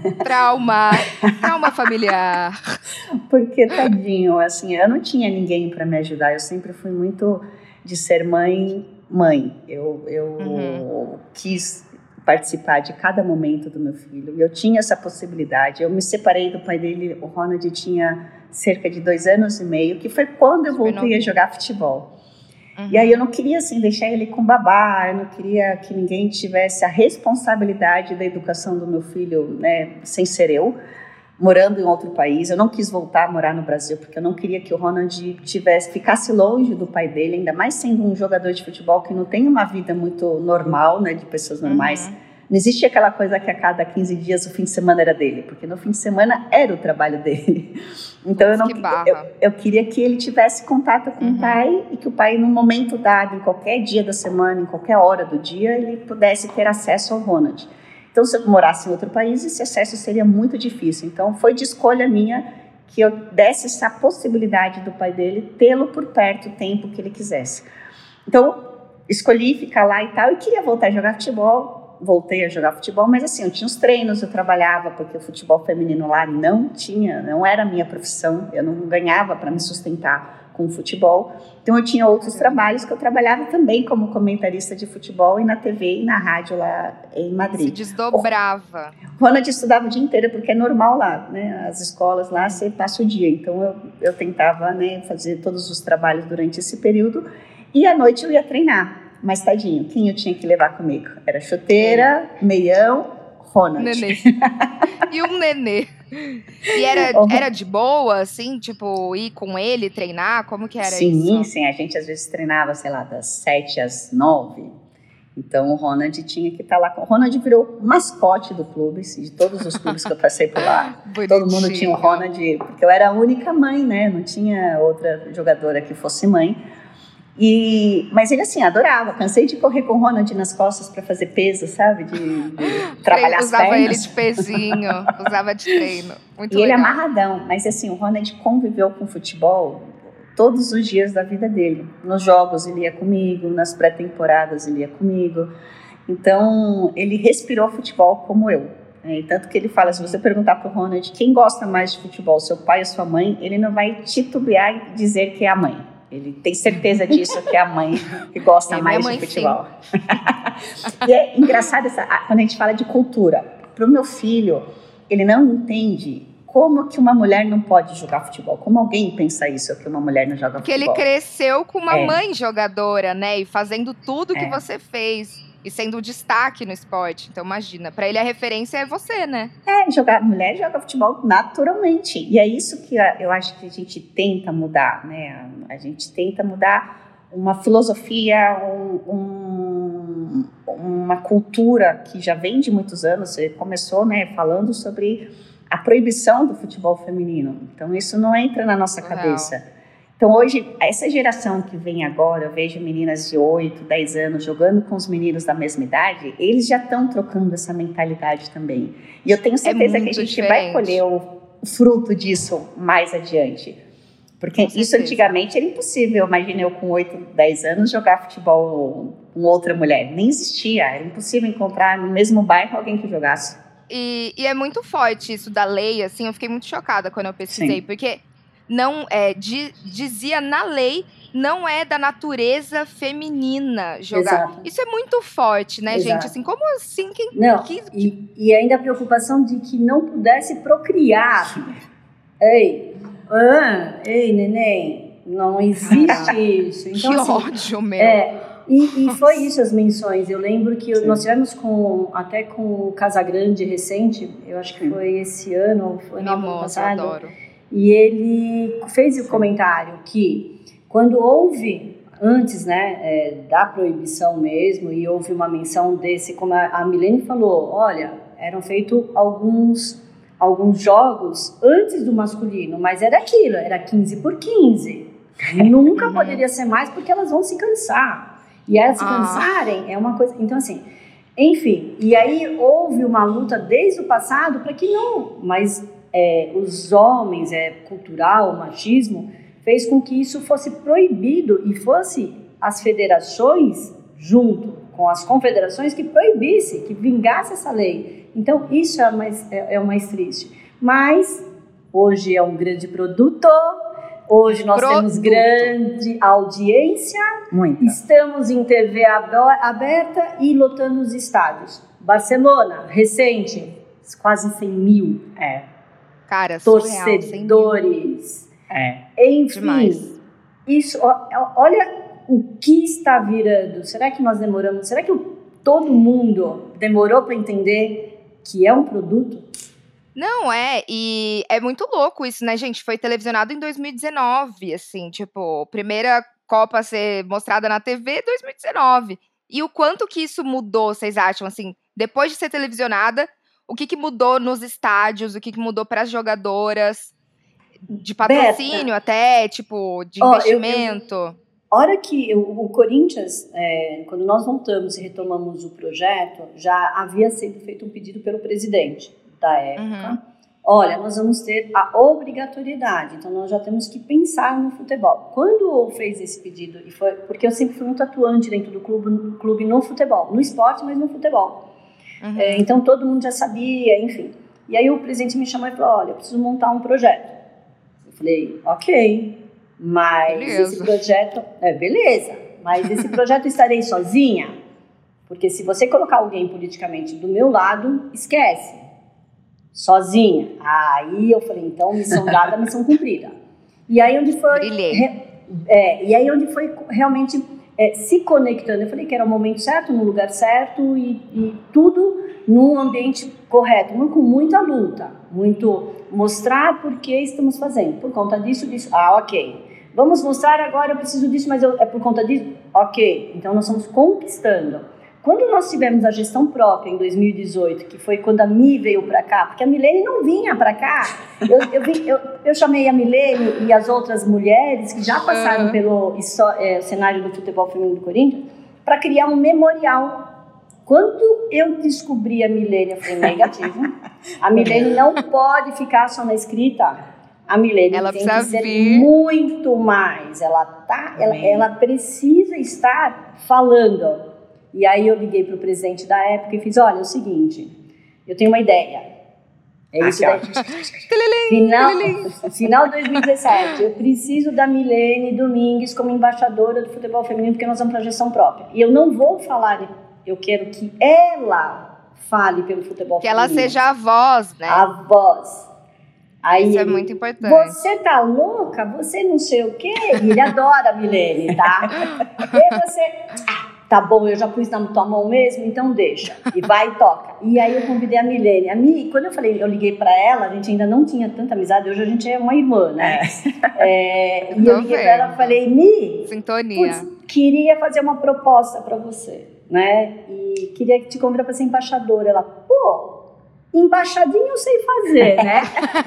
S1: Trauma, trauma familiar.
S2: Porque, tadinho, assim, eu não tinha ninguém pra me ajudar. Eu sempre fui muito de ser mãe... Mãe, eu, eu uhum. quis participar de cada momento do meu filho. Eu tinha essa possibilidade. Eu me separei do pai dele, o Ronald tinha cerca de dois anos e meio, que foi quando eu voltei Super a jogar futebol. Uhum. E aí eu não queria assim, deixar ele com babá, eu não queria que ninguém tivesse a responsabilidade da educação do meu filho, né, sem ser eu. Morando em outro país, eu não quis voltar a morar no Brasil, porque eu não queria que o Ronald tivesse, ficasse longe do pai dele, ainda mais sendo um jogador de futebol que não tem uma vida muito normal, né, de pessoas normais. Uhum. Não existe aquela coisa que a cada quinze dias o fim de semana era dele, porque no fim de semana era o trabalho dele. Então eu, não, eu, eu queria que ele tivesse contato com uhum. o pai e que o pai, num momento dado, em qualquer dia da semana, em qualquer hora do dia, ele pudesse ter acesso ao Ronald. Então, se eu morasse em outro país, esse acesso seria muito difícil. Então, foi de escolha minha que eu desse essa possibilidade do pai dele tê-lo por perto o tempo que ele quisesse. Então, escolhi ficar lá e tal, e queria voltar a jogar futebol. Voltei a jogar futebol, mas assim, eu tinha os treinos, eu trabalhava, porque o futebol feminino lá não tinha, não era a minha profissão, eu não ganhava para me sustentar com o futebol. Então eu tinha outros trabalhos que eu trabalhava também como comentarista de futebol e na T V e na rádio lá em Madrid.
S1: Se desdobrava.
S2: O Ronald estudava o dia inteiro, porque é normal lá, né? As escolas lá, você passa o dia. Então eu, eu tentava, né, fazer todos os trabalhos durante esse período e à noite eu ia treinar. Mas tadinho, quem eu tinha que levar comigo? Era chuteira, meião, Ronald.
S1: Nenê. E um nenê. E era, era de boa, assim, tipo, ir com ele, treinar? Como que era
S2: sim,
S1: isso?
S2: Sim, sim. A gente às vezes treinava, sei lá, das sete às nove. Então o Ronald tinha que estar lá. O Ronald virou mascote do clube, de todos os clubes que eu passei por lá. Todo mundo tinha o Ronald, porque eu era a única mãe, né? Não tinha outra jogadora que fosse mãe. E, mas ele assim, adorava, cansei de correr com o Ronald nas costas para fazer peso, sabe, de, de trabalhar as pernas.
S1: Usava ele de pezinho, usava de treino, muito
S2: e
S1: legal.
S2: ele amarradão, mas assim, o Ronald conviveu com o futebol todos os dias da vida dele. Nos jogos ele ia comigo, nas pré-temporadas ele ia comigo, então ele respirou futebol como eu. É, tanto que ele fala, se você perguntar para o Ronald quem gosta mais de futebol, seu pai ou sua mãe, ele não vai titubear e dizer que é a mãe. Ele tem certeza disso, que é a mãe que gosta é mais de futebol. E é engraçado essa, quando a gente fala de cultura. Para o meu filho, ele não entende como que uma mulher não pode jogar futebol. Como alguém pensa isso, que uma mulher não joga
S1: Porque
S2: futebol.
S1: Porque ele cresceu com uma
S2: é.
S1: mãe jogadora, né? E fazendo tudo que
S2: é.
S1: você fez. E sendo destaque no esporte. Então, imagina, para ele a referência é você, né?
S2: É, jogar, mulher joga futebol naturalmente. E é isso que eu acho que a gente tenta mudar, né? A gente tenta mudar uma filosofia, um, um, uma cultura que já vem de muitos anos. Você começou, né, falando sobre a proibição do futebol feminino. Então, isso não entra na nossa
S1: Real.
S2: cabeça. Então hoje, essa geração que vem agora, eu vejo meninas de oito, dez anos jogando com os meninos da mesma idade, eles já estão trocando essa mentalidade também. E eu tenho certeza é que a gente diferente. vai colher o fruto disso mais adiante. Porque com isso certeza. Antigamente era impossível. Imagina eu com oito, dez anos jogar futebol com outra mulher. Nem existia, era impossível encontrar no mesmo bairro alguém que jogasse.
S1: E, e é muito forte isso da lei, assim, eu fiquei muito chocada quando eu pesquisei, Sim. porque... não é, di, dizia na lei, não é da natureza feminina jogar. Exato. Isso é muito forte, né, Exato. gente? Assim, como assim? Quem,
S3: não,
S1: que,
S3: e, e ainda a preocupação de que não pudesse procriar. Ei, ah, ei, neném, não existe isso. Então,
S1: que
S3: assim,
S1: ódio, meu.
S3: É, e, e foi isso as menções. Eu lembro que Sim. nós tivemos com, até com o Casagrande recente, eu acho que foi esse ano, ou foi no ano passado.
S1: Eu adoro.
S3: E ele fez o comentário que quando houve, antes né, é, da proibição mesmo, e houve uma menção desse, como a, a Milene falou, olha, eram feitos alguns, alguns jogos antes do masculino, mas era aquilo, era quinze por quinze. Nunca uhum. poderia ser mais porque elas vão se cansar. E elas se ah. cansarem é uma coisa... Então, assim, enfim, e aí houve uma luta desde o passado para que não... mas É, os homens, é, cultural, o machismo, fez com que isso fosse proibido e fosse as federações, junto com as confederações, que proibisse, que vingasse essa lei. Então, isso é o mais, é, é o mais triste. Mas, hoje é um grande produto, hoje nós produto. temos grande audiência, Muita. estamos em T V aberta e lotando os estádios. Barcelona, recente, quase cem mil.
S2: É.
S1: Cara,
S3: torcedores,
S2: é.
S3: enfim,
S1: Demais.
S3: Isso, olha o que está virando. Será que nós demoramos? Será que todo mundo demorou para entender que é um produto?
S1: Não, é, e é muito louco isso, né, gente? Foi televisionado em dois mil e dezenove, assim, tipo, primeira Copa a ser mostrada na T V, dois mil e dezenove. E o quanto que isso mudou, vocês acham, assim, depois de ser televisionada, o que, que mudou nos estádios, o que, que mudou para as jogadoras, de patrocínio Berta. até, tipo, de oh, investimento?
S3: Eu, eu, hora que eu, o Corinthians, é, quando nós voltamos e retomamos o projeto, já havia sido feito um pedido pelo presidente da época. Uhum. Olha, nós vamos ter a obrigatoriedade, então nós já temos que pensar no futebol. Quando fez esse pedido, e foi, porque eu sempre fui muito atuante dentro do clube, no, clube no futebol, no esporte, mas no futebol. Uhum. É, então todo mundo já sabia, enfim. E aí o presidente me chamou e falou, olha, eu preciso montar um projeto. Eu falei, ok. Mas
S1: beleza.
S3: esse projeto... É, beleza. Mas esse projeto estarei sozinha? Porque se você colocar alguém politicamente do meu lado, esquece. Sozinha. Aí eu falei, então, missão dada, missão cumprida. E aí onde foi... Re, é, e aí onde foi realmente é, se conectando. Eu falei que era o momento certo, no lugar certo e, e tudo num ambiente correto. Com muita luta. Muito mostrar por que estamos fazendo. Por conta disso, disso. Ah, ok. Vamos mostrar agora, eu preciso disso, mas eu, é por conta disso? Ok. Então nós estamos conquistando. Quando nós tivemos a gestão própria em dois mil e dezoito, que foi quando a Mi veio para cá, porque a Milene não vinha para cá, eu, eu, vim, eu, eu chamei a Milene e as outras mulheres que já passaram uhum. pelo é, cenário do futebol feminino do Corinthians para criar um memorial. Quando eu descobri a Milene, eu falei, negativo, a Milene não pode ficar só na escrita. A Milene
S1: ela
S3: tem que ser
S1: vir.
S3: muito mais, ela, tá, ela, ela precisa estar falando. E aí eu liguei para o presidente da época e fiz, olha, é o seguinte, eu tenho uma ideia. É isso daí. Final, final de dois mil e dezessete, eu preciso da Milene Domingues como embaixadora do futebol feminino, porque nós vamos para a gestão própria. E eu não vou falar, eu quero que ela fale pelo futebol
S1: que
S3: feminino.
S1: Que ela seja a voz, né?
S3: A voz. Aí
S1: isso
S3: ele,
S1: é muito importante.
S3: Você tá louca? Você não sei o quê? E ele adora a Milene, tá? E você... Ah, tá bom, eu já pus na tua mão mesmo, então deixa. E vai e toca. E aí eu convidei a Milene. A Mi, quando eu falei, eu liguei pra ela, a gente ainda não tinha tanta amizade, hoje a gente é uma irmã, né? É. É, e eu liguei vendo. pra ela e falei, Mi,
S1: sintonia.
S3: Putz, queria fazer uma proposta pra você, né? E queria te convidar pra ser embaixadora. Ela, pô, embaixadinha eu sei fazer, né?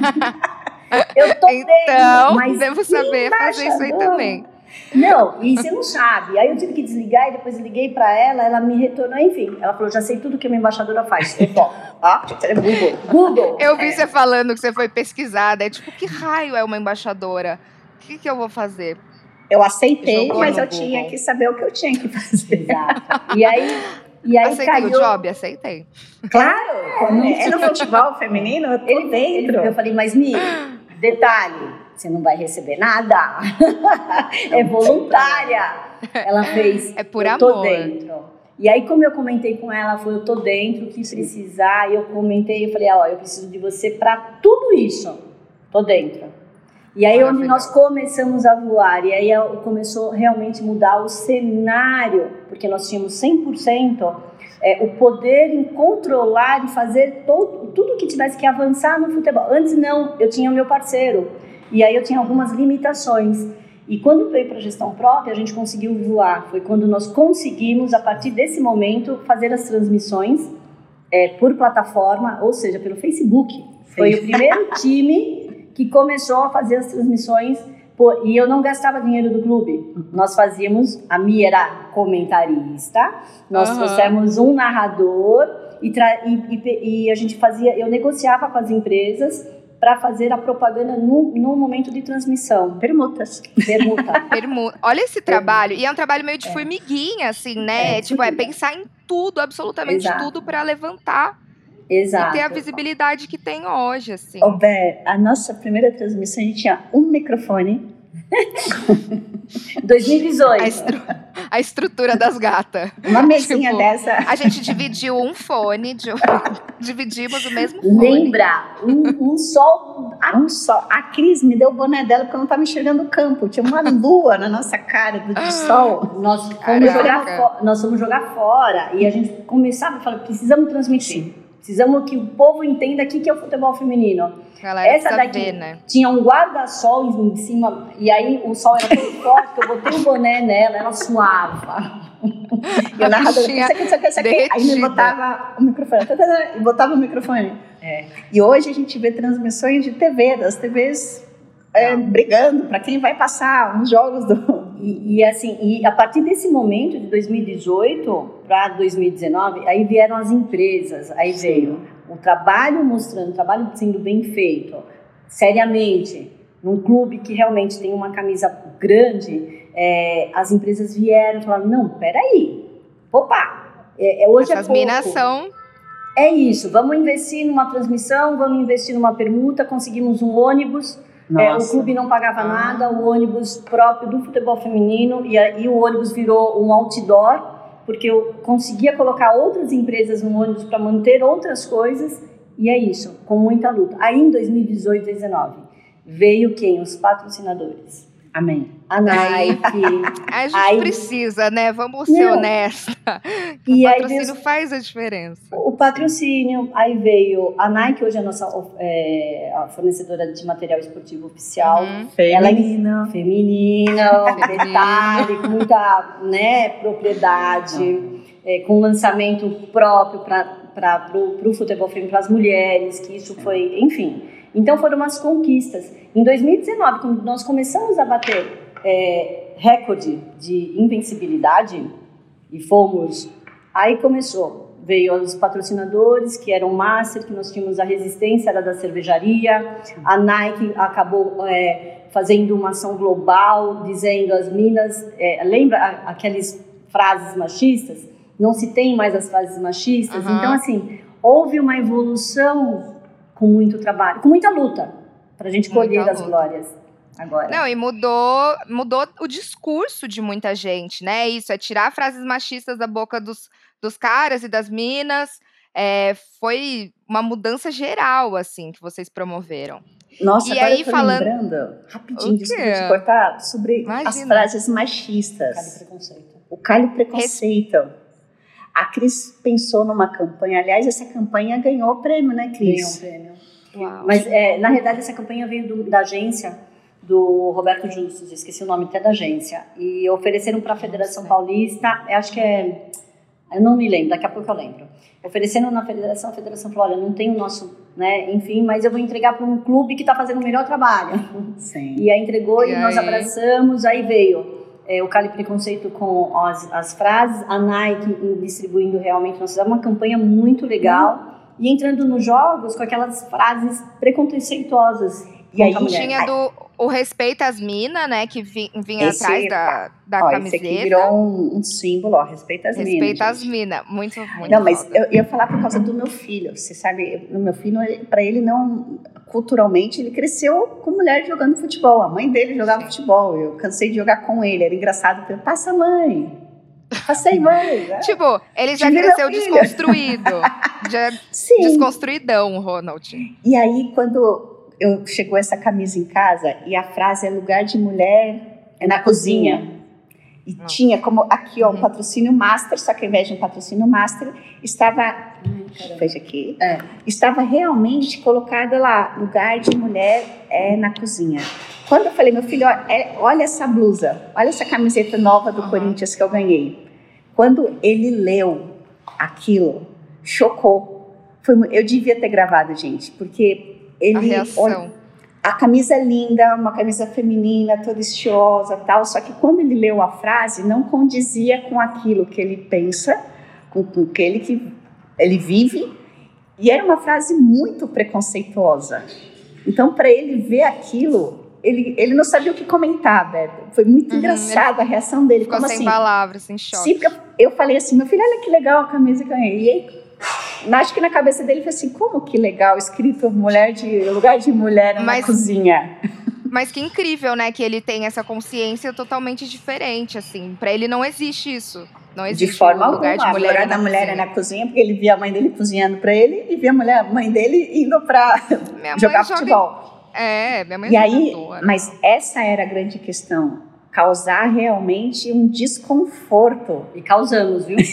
S3: Eu tô
S1: então,
S3: bem, mas
S1: devo saber fazer isso aí também.
S3: Não, e você não sabe. Aí eu tive que desligar e depois liguei pra ela, ela me retornou, enfim. Ela falou, já sei tudo que uma embaixadora faz. Eu topo. Ah, é Google. Google.
S1: Eu vi
S3: é.
S1: você falando que você foi pesquisada. É tipo, que raio é uma embaixadora? O que, que eu vou fazer?
S2: Eu aceitei,
S1: Jogou
S2: mas eu
S1: Google.
S2: tinha que saber o que eu tinha que fazer.
S3: Exato. E aí... E aí
S1: aceitei
S3: caiu...
S1: o job? Aceitei.
S3: Claro!
S2: É, é no futebol feminino, eu tô ele, dentro.
S3: Ele, eu falei, mas Mi, detalhe, você não vai receber nada. É voluntária. Ela fez,
S1: é por
S3: eu
S1: amor.
S3: Tô dentro. E aí, como eu comentei com ela, foi, eu tô dentro, o que precisar. E eu comentei, eu falei, ó, eu preciso de você pra tudo isso. Tô dentro. E aí, onde nós começamos a voar, e aí começou realmente mudar o cenário, porque nós tínhamos cem por cento é, o poder em controlar e fazer todo, tudo que tivesse que avançar no futebol. Antes não, eu tinha o meu parceiro, e aí eu tinha algumas limitações. E quando veio para a gestão própria, a gente conseguiu voar. Foi quando nós conseguimos, a partir desse momento, fazer as transmissões é, por plataforma, ou seja, pelo Facebook. Sim. Foi o primeiro time que começou a fazer as transmissões, por, e eu não gastava dinheiro do clube. Nós fazíamos, a Mi era comentarista, nós uhum. trouxemos um narrador e, tra, e, e, e a gente fazia, eu negociava com as empresas para fazer a propaganda no, no momento de transmissão.
S2: Permutas.
S3: Permuta.
S1: Permuta. Olha esse trabalho, e é um trabalho meio de é. formiguinha, assim, né? É, tipo, é pensar em tudo, absolutamente Exato. tudo para levantar.
S3: Exato.
S1: E ter a visibilidade que tem hoje, assim.
S2: Ô, Bé, a nossa primeira transmissão, a gente tinha um microfone.
S3: dois mil e dezoito.
S1: A, estru a estrutura das gatas.
S2: Uma mesinha tipo, dessa.
S1: A gente dividiu um fone, de... dividimos o mesmo fone.
S3: Lembra? Um, um sol.
S2: Um sol. A Cris me deu o boné dela porque eu não estava enxergando o campo. Tinha uma lua na nossa cara do de sol.
S3: Nós fomos, jogar nós fomos jogar fora e a gente começava a falar, precisamos transmitir. Precisamos que o povo entenda o que é o futebol feminino.
S1: Galera,
S3: essa daqui
S1: ver, né?
S3: Tinha um guarda-sol em cima, e aí o sol era tão forte que eu botei o boné nela, ela suava.
S2: E o narrador, isso aqui, isso aqui, isso aqui. Aí me botava o microfone, e botava o microfone. É. E hoje a gente vê transmissões de T V, das T Vs é, brigando para quem vai passar uns jogos do...
S3: E, e assim, e a partir desse momento, de dois mil e dezoito para dois mil e dezenove, aí vieram as empresas, aí Sim. veio o trabalho mostrando, o trabalho sendo bem feito, seriamente, num clube que realmente tem uma camisa grande, é, as empresas vieram e falaram, não, peraí, opa, é, é, hoje
S1: Essas
S3: é pouco.
S1: minas são...
S3: É isso, vamos investir numa transmissão, vamos investir numa permuta, conseguimos um ônibus, É, o clube não pagava ah. nada, o ônibus próprio do futebol feminino, e aí o ônibus virou um outdoor, porque eu conseguia colocar outras empresas no ônibus para manter outras coisas, e é isso, com muita luta. Aí em dois mil e dezoito, dois mil e dezenove, veio quem? Os patrocinadores.
S2: Amém.
S3: A Nike.
S1: A gente aí, precisa, né? Vamos ser não. honesta.
S3: E
S1: o patrocínio
S3: aí veio,
S1: faz a diferença.
S3: O patrocínio, aí veio a Nike, hoje é a nossa é, a fornecedora de material esportivo oficial.
S2: Uhum. Feminina.
S3: Ela, feminina, detalhe, com muita, né, propriedade, é, com lançamento próprio para o futebol feminino, para as mulheres, que isso foi, enfim. Então foram umas conquistas. Em dois mil e dezenove, quando nós começamos a bater é, recorde de invencibilidade, e fomos, aí começou, veio os patrocinadores, que eram Master, que nós tínhamos a Resistência, era da cervejaria, a Nike acabou é, fazendo uma ação global, dizendo as minas, é, lembra aquelas frases machistas? Não se tem mais as frases machistas, uhum. Então assim, houve uma evolução com muito trabalho, com muita luta, para a gente colher as glórias agora.
S1: Não, e mudou, mudou o discurso de muita gente, né? Isso, é tirar frases machistas da boca dos, dos caras e das minas. É, foi uma mudança geral, assim, que vocês promoveram.
S2: Nossa,
S1: e
S2: agora
S1: aí,
S2: eu tô
S1: falando...
S2: lembrando, rapidinho, desculpa te cortar, sobre Imagina. as frases machistas.
S3: O calho preconceito.
S2: O calho preconceito. A Cris pensou numa campanha, aliás, essa campanha ganhou o prêmio, né, Cris?
S3: Ganhou o prêmio. Uau. Mas, é, na realidade, essa campanha veio do, da agência do Roberto Justus, esqueci o nome até da agência, e ofereceram para a Federação Paulista, eu acho que é, eu não me lembro, daqui a pouco eu lembro, oferecendo na Federação, a Federação falou, olha, não tem o nosso, né, enfim, mas eu vou entregar para um clube que está fazendo o melhor trabalho.
S2: Sim.
S3: E aí entregou e,
S1: e
S3: nós
S1: aí?
S3: abraçamos, aí veio é, o Cali Preconceito com as, as frases, a Nike distribuindo realmente, nós fizemos uma campanha muito legal, hum. e entrando nos jogos com aquelas frases preconceituosas.
S1: E aí tinha do, o respeito às minas, né, que vinha, vinha
S2: esse,
S1: atrás da, da
S2: ó,
S1: camiseta.
S2: Esse aqui virou um, um símbolo, ó, respeito às minas.
S1: Respeito às minas, muito, muito
S2: Não, mas
S1: foda.
S2: eu, eu ia falar por causa do meu filho, você sabe, o meu filho, para ele não, culturalmente, ele cresceu com mulher jogando futebol, a mãe dele jogava Sim. futebol, eu cansei de jogar com ele, era engraçado, eu, passa mãe, passei mãe. Né?
S1: Tipo, ele já cresceu desconstruído, já
S2: Sim.
S1: desconstruidão, Ronald.
S2: E aí, quando... Eu, chegou essa camisa em casa e a frase é lugar de mulher é na, na cozinha. cozinha. E Não. tinha como aqui, ó, um patrocínio master, só que ao invés de um patrocínio master, estava, Ai, veja aqui, é. estava realmente colocada lá, lugar de mulher é na cozinha. Quando eu falei, meu filho, ó, é, olha essa blusa, olha essa camiseta nova do uhum. Corinthians que eu ganhei. Quando ele leu aquilo, chocou. Foi, eu devia ter gravado, gente, porque... Ele,
S1: a reação.
S2: Olha, a camisa é linda, uma camisa feminina, toda estilosa e tal, só que quando ele leu a frase, não condizia com aquilo que ele pensa, com, com aquele que ele vive, e era uma frase muito preconceituosa. Então, para ele ver aquilo, ele, ele não sabia o que comentar, Berta. Foi muito uhum, engraçada a reação dele.
S1: Ficou
S2: Como
S1: sem
S2: assim?
S1: palavras, sem choque.
S2: Sim, porque eu, eu falei assim, meu filho, olha que legal a camisa que eu ganhei. E aí, acho que na cabeça dele foi assim, como que legal, escrito mulher de, lugar de mulher
S1: mas,
S2: na cozinha.
S1: Mas que incrível, né, que ele tem essa consciência totalmente diferente, assim, pra ele não existe isso. Não existe
S2: de forma
S1: um lugar
S2: alguma,
S1: de mulher
S2: o lugar da mulher é na cozinha, porque ele via a mãe dele cozinhando pra ele e via a mulher, a mãe dele indo pra jogar futebol.
S1: Em... É, minha mãe
S2: e
S1: é
S2: aí,
S1: jogadora.
S2: Mas essa era a grande questão, causar realmente um desconforto.
S3: E causamos, viu?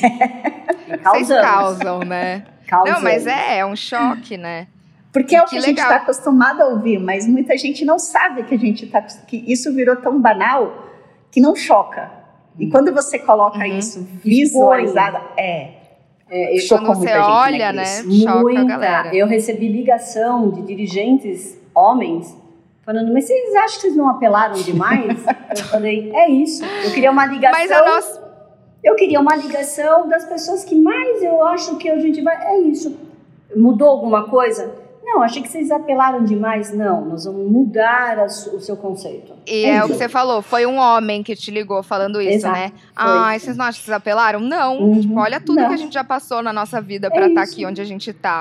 S1: E causamos. Vocês causam, né?
S3: Causamos.
S1: Não, mas é, é um choque, né?
S2: Porque é o que, que a gente está acostumado a ouvir, mas muita gente não sabe que a gente tá, que isso virou tão banal que não choca. E hum. quando você coloca uhum. isso visualizado, é,
S3: é
S1: e quando você olha, né, choca
S3: muita.
S1: a galera.
S3: Eu recebi ligação de dirigentes homens falando, mas vocês acham que vocês não apelaram demais? Eu falei, é isso. Eu queria uma ligação.
S1: Mas a nossa...
S3: Eu queria uma ligação das pessoas que mais eu acho que a gente vai... É isso. Mudou alguma coisa? Não, achei que vocês apelaram demais. Não, nós vamos mudar a, o seu conceito.
S1: E é, é o que você falou, foi um homem que te ligou falando isso,
S3: Exato,
S1: né? Ah, vocês não acham que vocês apelaram? Não,
S3: uhum,
S1: tipo, olha tudo
S3: não.
S1: que a gente já passou na nossa vida pra
S3: é
S1: estar aqui onde a gente tá.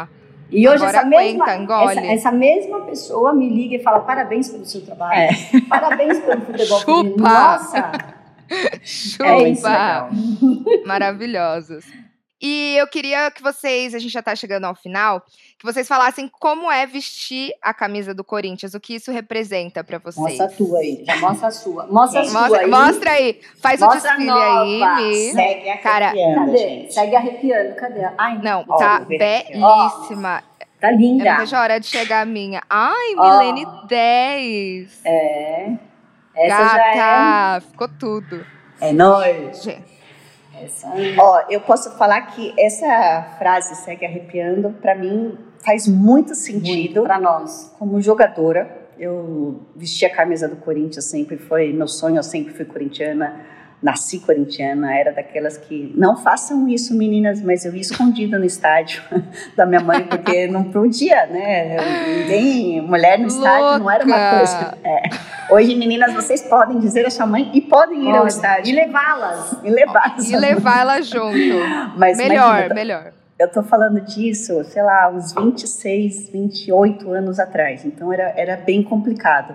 S3: E hoje
S1: Agora
S3: essa,
S1: aguenta,
S3: mesma,
S1: engole.
S3: essa, essa mesma pessoa me liga e fala parabéns pelo seu trabalho, é. parabéns pelo futebol feminino.
S1: Chupa!
S3: Nossa!
S1: Chupa!
S2: É isso, legal.
S1: Maravilhosos. E eu queria que vocês, a gente já tá chegando ao final, que vocês falassem como é vestir a camisa do Corinthians, o que isso representa pra vocês.
S3: Mostra a tua aí, já mostra a sua. Mostra a sua
S1: mostra,
S3: aí.
S1: Mostra aí, faz
S3: mostra
S1: o desfile
S3: nova.
S1: aí. Me...
S2: Segue arrepiando,
S1: Cara,
S3: cadê?
S2: gente.
S3: Segue arrepiando, cadê? Ai,
S1: não,
S2: ó,
S1: tá belíssima.
S3: Ó, tá linda.
S1: Eu não vejo a hora de chegar a minha. Ai,
S3: ó.
S1: Milene dez.
S3: É. Essa
S1: Gata,
S3: já é...
S1: ficou tudo.
S2: É nóis.
S1: Gente.
S3: Essa...
S2: Ó, eu posso falar que essa frase, segue arrepiando, pra mim faz muito sentido.
S3: Para nós.
S2: Como jogadora, eu vesti a camisa do Corinthians, sempre foi meu sonho, eu sempre fui corintiana, nasci corintiana, era daquelas que não façam isso, meninas, mas eu ia escondida no estádio da minha mãe, porque não podia, né? Ninguém, mulher no estádio
S1: Louca.
S2: Não era uma coisa. É. Hoje, meninas, vocês podem dizer a sua mãe e podem ir
S3: Pode.
S2: ao estádio.
S3: E levá-las.
S2: E levá-las.
S1: E levar ela junto.
S2: Mas,
S1: melhor,
S2: imagina,
S1: melhor.
S2: Eu tô falando disso, sei lá, uns vinte e seis, vinte e oito anos atrás, então era, era bem complicado.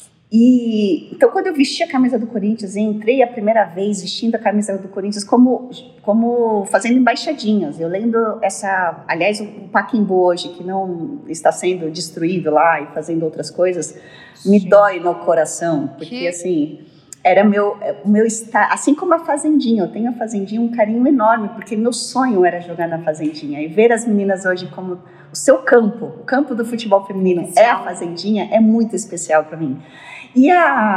S2: E então, quando eu vesti a camisa do Corinthians, eu entrei a primeira vez vestindo a camisa do Corinthians como, como fazendo embaixadinhas. Eu lembro essa, aliás, o Pacaembu hoje, que não está sendo destruído lá e fazendo outras coisas, me Sim. dói no coração, porque que... assim, era meu, o meu estar, assim como a Fazendinha, eu tenho a Fazendinha um carinho enorme, porque meu sonho era jogar na Fazendinha, e ver as meninas hoje como o seu campo, o campo do futebol feminino Sim. é a Fazendinha, é muito especial para mim. E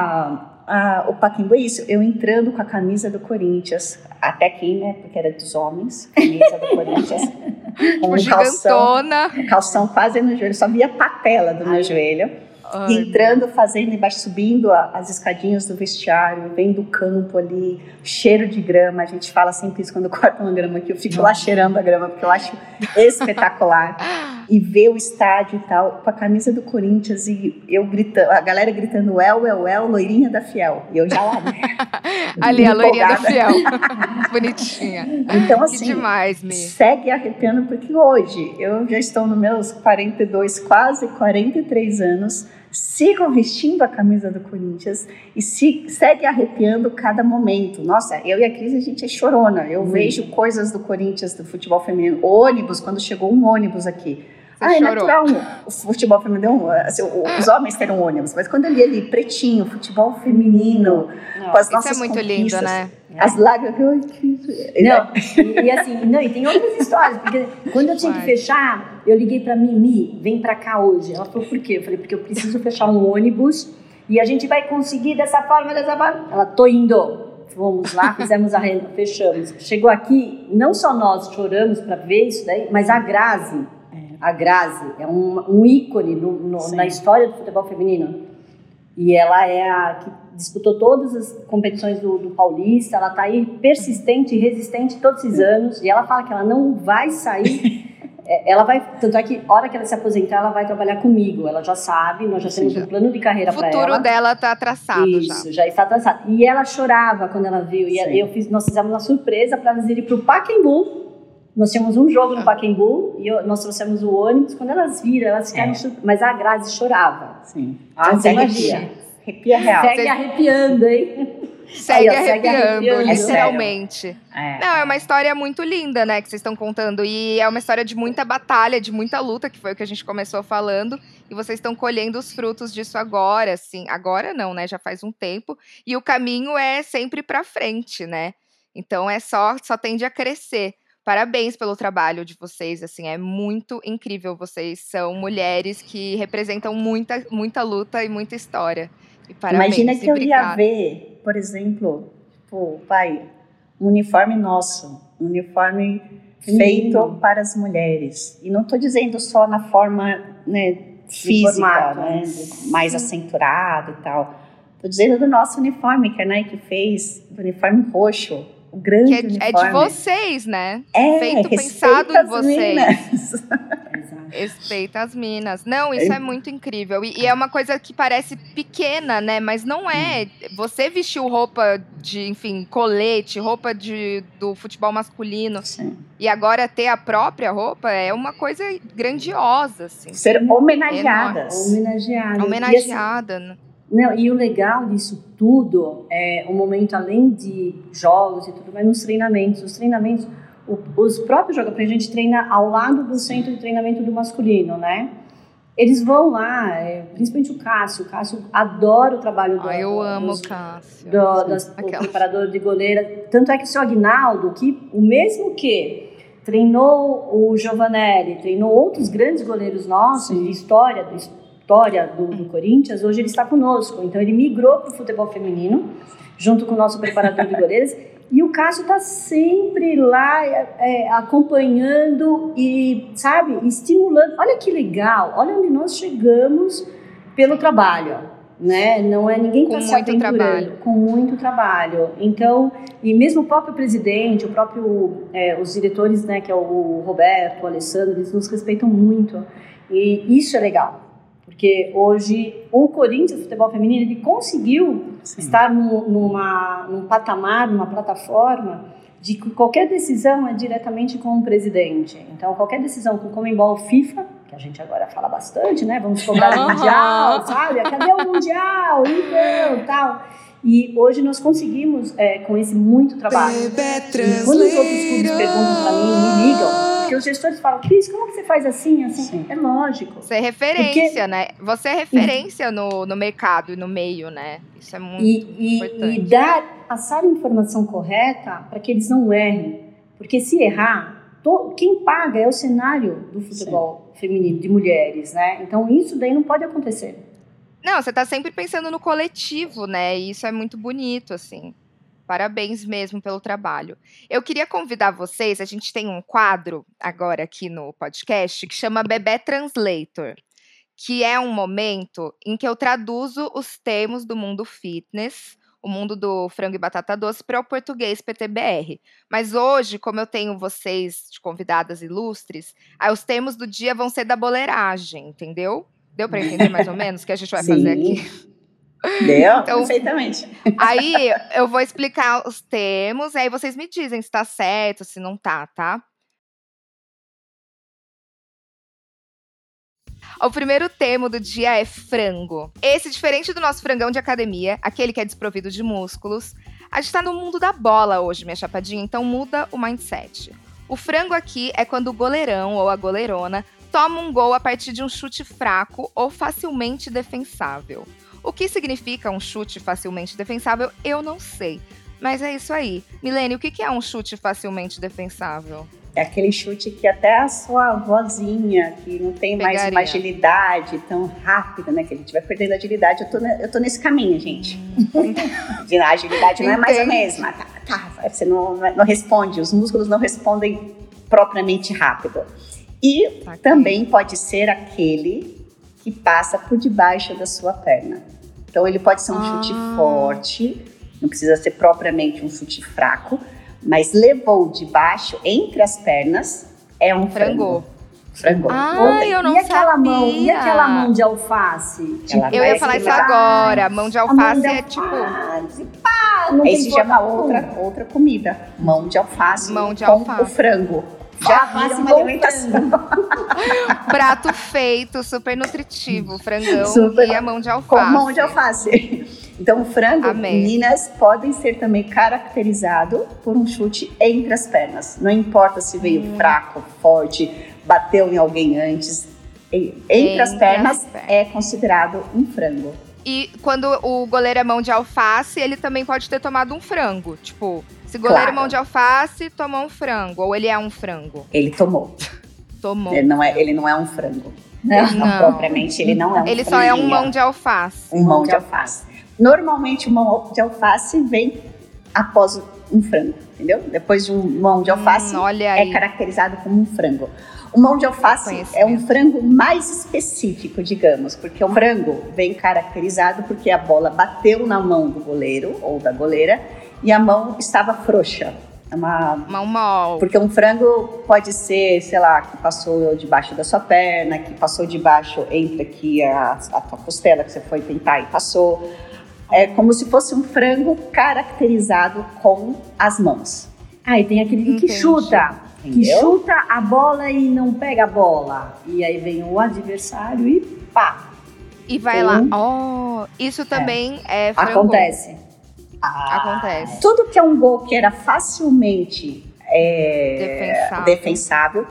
S2: a, a, o Pacaembu é isso, eu entrando com a camisa do Corinthians, até aqui, né, porque era dos homens, camisa do Corinthians, com um calção, calção quase no joelho, só via a patela do meu joelho, Ai, e entrando, fazendo embaixo, subindo a, as escadinhas do vestiário, vendo o campo ali, cheiro de grama, a gente fala sempre isso quando corta uma grama aqui, eu fico lá cheirando a grama, porque eu acho espetacular. E ver o estádio e tal, com a camisa do Corinthians e eu gritando, a galera gritando, well, well, well, loirinha da Fiel. E eu já lá, né?
S1: Ali, a loirinha da Fiel. Bonitinha.
S2: Então, assim,
S1: que demais, Me.
S2: Segue arrepiando, porque hoje eu já estou nos meus quarenta e dois, quase quarenta e três anos, sigo vestindo a camisa do Corinthians e se, segue arrepiando cada momento. Nossa, eu e a Cris, a gente é chorona. Eu hum. vejo coisas do Corinthians, do futebol feminino. Ônibus, quando chegou um ônibus aqui. Você ah, é chorou. Natural, o futebol feminino, assim, os homens terem um ônibus, mas quando eu li ali, pretinho, futebol feminino,
S1: não,
S2: com as nossas
S1: isso é muito
S2: lindo,
S1: né?
S2: As lágrimas, que...
S3: Não, e, e assim, não, e tem outras histórias, porque quando eu tinha que fechar, eu liguei pra Mimi, vem pra cá hoje. Ela falou, por quê? Eu falei, porque eu preciso fechar um ônibus e a gente vai conseguir dessa forma, dessa forma. Ela, tô indo. Fomos lá, fizemos a renda, fechamos. Chegou aqui, não só nós choramos pra ver isso daí, mas a Grazi, a Grazi é um, um ícone no, no, na história do futebol feminino. E ela é a que disputou todas as competições do, do Paulista, ela está aí persistente e resistente todos esses anos, e ela fala que ela não vai sair, ela vai, tanto é que a hora que ela se aposentar, ela vai trabalhar comigo, ela já sabe, nós já temos um plano de carreira para ela.
S1: O futuro dela está traçado
S3: Isso, já. Isso, já está traçado. E ela chorava quando ela viu, e eu fiz, nós fizemos uma surpresa para elas irem para o Pacaembu. Nós tínhamos um jogo no Pacaembu e eu, nós trouxemos o ônibus. Quando elas viram, elas ficaram... É. Surpre... Mas a Grazi chorava.
S2: Sim.
S3: Ah, você imagina.
S2: Arrepia real.
S3: Segue arrepiando, hein?
S1: Segue,
S3: Aí, ó,
S1: arrepiando,
S3: segue arrepiando,
S1: literalmente.
S2: É.
S1: Não, é uma história muito linda, né, que vocês estão contando. E é uma história de muita batalha, de muita luta, que foi o que a gente começou falando. E vocês estão colhendo os frutos disso agora, assim. Agora não, né, já faz um tempo. E o caminho é sempre pra frente, né? Então é só, só tende a crescer. Parabéns pelo trabalho de vocês, assim, é muito incrível. Vocês são mulheres que representam muita, muita luta e muita história. E parabéns.
S2: Imagina que eu
S1: obrigada.
S2: ia ver, por exemplo, tipo, pai, um uniforme nosso, um uniforme feito hum. para as mulheres. E não estou dizendo só na forma, né, física, formato, né, mais acenturado e tal. Estou dizendo do nosso uniforme que a Nike fez, o uniforme roxo. O grande
S1: que é, é de vocês, né?
S2: É,
S1: feito, pensado em vocês.
S3: Exato.
S1: Respeita as minas. Não, isso é, é muito incrível. E, e é uma coisa que parece pequena, né? Mas não é. Você vestiu roupa de, enfim, colete, roupa de, do futebol masculino.
S2: Sim.
S1: E agora ter a própria roupa é uma coisa grandiosa, assim.
S2: Ser homenageadas.
S3: Homenageada.
S1: Homenageada.
S3: E, assim, não, e o legal disso tudo é o momento, além de jogos e tudo, mas nos treinamentos. Os treinamentos... Os próprios jogadores, a gente treina ao lado do centro de treinamento do masculino, né? Eles vão lá, é, principalmente o Cássio. O Cássio adora o trabalho do...
S1: Ah, eu
S3: do,
S1: amo
S3: dos,
S1: o Cássio.
S3: Do, das, o preparador de goleira. Tanto é que o seu Aguinaldo, que o mesmo que treinou o Giovanelli, treinou outros grandes goleiros nossos, de história, de história do, do Corinthians, hoje ele está conosco. Então ele migrou para o futebol feminino, junto com o nosso preparador de goleiras. E o Cássio está sempre lá é, acompanhando e, sabe, estimulando. Olha que legal, olha onde nós chegamos pelo trabalho, né? Não é ninguém que está se aventurando, trabalho. com muito trabalho. Então, e mesmo o próprio presidente, o próprio, é, os diretores, né, que é o Roberto, o Alessandro, eles nos respeitam muito. E isso é legal. Porque hoje o Corinthians, o futebol feminino, ele conseguiu Sim. estar no, numa, num patamar, numa plataforma de que qualquer decisão é diretamente com o presidente. Então, qualquer decisão com o Conmebol, FIFA, que a gente agora fala bastante, né? Vamos cobrar o Mundial, sabe? Cadê o Mundial? Então, tal. E hoje nós conseguimos, é, com esse muito trabalho. E quando os outros clubes perguntam para mim, me ligam, porque os gestores falam, Cris, como que você faz assim, assim? Sim. É lógico.
S1: Você é referência, porque... né? Você é referência no, no mercado e no meio, né? Isso é muito
S3: e,
S1: importante.
S3: E dar, passar a informação correta para que eles não errem. Porque se errar, to, quem paga é o cenário do futebol Sim. feminino, de mulheres, né? Então isso daí não pode acontecer.
S1: Não, você tá sempre pensando no coletivo, né? E isso é muito bonito, assim. Parabéns mesmo pelo trabalho. Eu queria convidar vocês, a gente tem um quadro agora aqui no podcast que chama Bebé Translator, que é um momento em que eu traduzo os termos do mundo fitness, o mundo do frango e batata doce, para o português P T B R. Mas hoje, como eu tenho vocês de convidadas ilustres, aí os termos do dia vão ser da boleiragem, entendeu? Deu para entender mais ou menos o que a gente vai
S2: Sim.
S1: fazer aqui?
S2: Deu, então, perfeitamente.
S1: Aí eu vou explicar os termos, aí vocês me dizem se tá certo, se não tá, tá? O primeiro termo do dia é frango. Esse, diferente do nosso frangão de academia, aquele que é desprovido de músculos, a gente tá no mundo da bola hoje, minha chapadinha, então muda o mindset. O frango aqui é quando o goleirão ou a goleirona toma um gol a partir de um chute fraco ou facilmente defensável. O que significa um chute facilmente defensável, eu não sei. Mas é isso aí. Milene, o que é um chute facilmente defensável?
S2: É aquele chute que até a sua vozinha, que não tem Pegaria. mais uma agilidade tão rápida, né? Que a gente vai perdendo a agilidade. Eu tô, eu tô nesse caminho, gente. Hum. A agilidade não é mais a mesma. Tá, tá, você não, não responde, os músculos não respondem propriamente rápido. E okay. também pode ser aquele que passa por debaixo da sua perna. Então ele pode ser um ah. chute forte, não precisa ser propriamente um chute fraco, mas levou de baixo entre as pernas, é um frango. Frango.
S1: Ah, eu não
S3: e aquela
S1: sabia.
S3: Mão, e aquela mão de alface?
S1: Tipo, eu ia falar isso agora. A mão de alface mão de é alface,
S2: tipo... Pá, não Aí se chama outra, outra comida. Mão de alface
S1: mão de
S2: com
S1: alface.
S2: o frango. Já vira uma alimentação.
S1: Prato feito, super nutritivo, frangão super, e a mão de alface.
S2: Com mão de alface. Então, o frango, Amém. meninas, podem ser também caracterizado por um chute entre as pernas. Não importa se veio hum. fraco, forte, bateu em alguém antes. Entre, entre as pernas, as pernas é considerado um frango.
S1: E quando o goleiro é mão de alface, ele também pode ter tomado um frango. Tipo, se o goleiro claro. é mão de alface, tomou um frango. Ou ele é um frango?
S2: Ele tomou.
S1: Tomou.
S2: Ele não é, ele não é um frango. Não. não. Propriamente, ele não é um
S1: Ele
S2: frango.
S1: só é um mão de alface.
S2: Um mão de alface. Normalmente, o mão de alface vem após um frango, entendeu? Depois de um mão de alface,
S1: hum,
S2: é caracterizado como um frango. O mão de alface é um frango mais específico, digamos, porque o frango vem caracterizado porque a bola bateu na mão do goleiro ou da goleira e a mão estava frouxa. É uma,
S1: uma, uma...
S2: Porque um frango pode ser, sei lá, que passou debaixo da sua perna, que passou debaixo, entre aqui a, a tua costela, que você foi tentar e passou. É como se fosse um frango caracterizado com as mãos.
S3: Ah, e tem aquele
S1: Entendi.
S3: que chuta,
S2: Entendeu?
S3: que chuta a bola e não pega a bola. E aí vem o adversário e pá.
S1: E vai
S2: Sim.
S1: lá. Oh, isso também é, é frango.
S3: Acontece.
S2: Ah,
S1: Acontece.
S2: Tudo que é um gol que era facilmente é,
S1: Defensável.
S2: defensável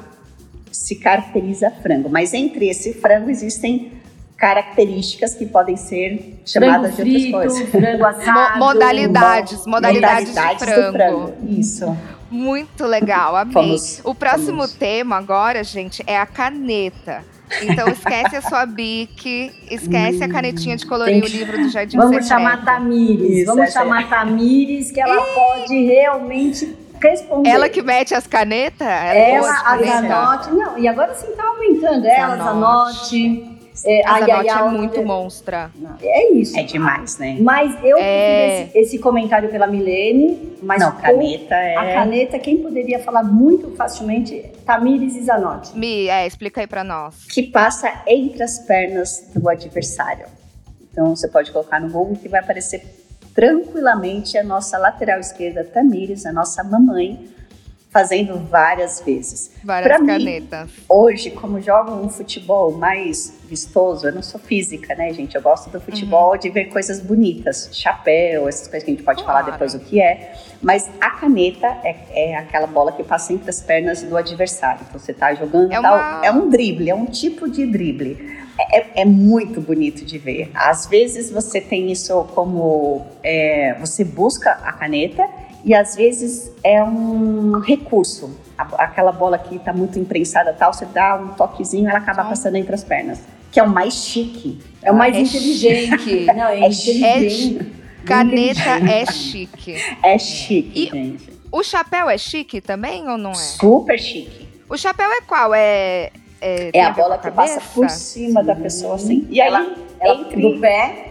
S2: se caracteriza frango. Mas entre esse frango existem características que podem ser chamadas
S3: Frango
S2: de
S3: frito,
S2: outras coisas.
S3: frango assado.
S1: Mo- modalidades, modalidades,
S2: Modalidades
S1: de frango.
S2: do frango. Isso.
S1: Muito legal, amei.
S2: Fomos-
S1: o próximo
S2: fomos.
S1: tema agora, gente, é a caneta. Então esquece a sua bique, esquece a canetinha de colorir
S3: Tem
S1: o livro do Jardim
S3: Vamos
S1: Secreto.
S3: chamar Tamires.
S2: Isso,
S3: Vamos
S2: essa é.
S3: chamar Tamires, que ela pode realmente responder.
S1: Ela que mete as canetas?
S3: Ela,
S1: as
S3: a
S1: canetas.
S3: Zanotti. Não, e agora sim tá aumentando. Ela, Zanotti. É,
S1: A Zanotti
S3: Yaya
S1: é muito
S3: Oliver.
S1: monstra.
S3: Não, é isso.
S2: É demais, né?
S3: Mas eu
S1: É.
S3: prefiro esse, esse comentário pela Milene. Mas
S2: Não,
S3: com
S2: caneta é...
S3: a caneta, quem poderia falar muito facilmente? Tamires e Zanotti.
S1: Mi, é, explica aí pra nós.
S2: que passa entre as pernas do adversário. Então, você pode colocar no Google que vai aparecer tranquilamente a nossa lateral esquerda, Tamires, a nossa mamãe, fazendo várias vezes.
S1: Várias
S2: Pra mim,
S1: canetas.
S2: Hoje, como jogo um futebol mais vistoso, eu não sou física, né, gente? Eu gosto do futebol, de ver coisas bonitas, chapéu, essas coisas que a gente pode
S1: Claro.
S2: falar depois o que é. Mas a caneta é, é aquela bola que passa entre as pernas do adversário. Então você tá jogando,
S1: É
S2: tal,
S1: uma-
S2: é um drible, é um tipo de drible. É, é muito bonito de ver. Às vezes você tem isso como... é, você busca a caneta e às vezes é um recurso. A- Aquela bola que está muito imprensada, tal, você dá um toquezinho, ela acaba
S1: Só.
S2: passando entre as pernas. Que é o mais chique.
S3: É o mais
S1: É
S3: inteligente.
S1: chique.
S3: Não, é,
S2: É
S3: inteligente.
S1: Caneta é chique.
S2: É chique,
S1: E-
S2: gente.
S1: O chapéu é chique também ou não é?
S2: Super chique.
S1: O chapéu é qual? É, é, tem
S2: É a
S1: ver
S2: bola
S1: com
S2: que passa
S1: cabeça?
S2: por cima da pessoa, assim. E aí,
S3: Ela- Ela
S2: entre...
S3: do pé.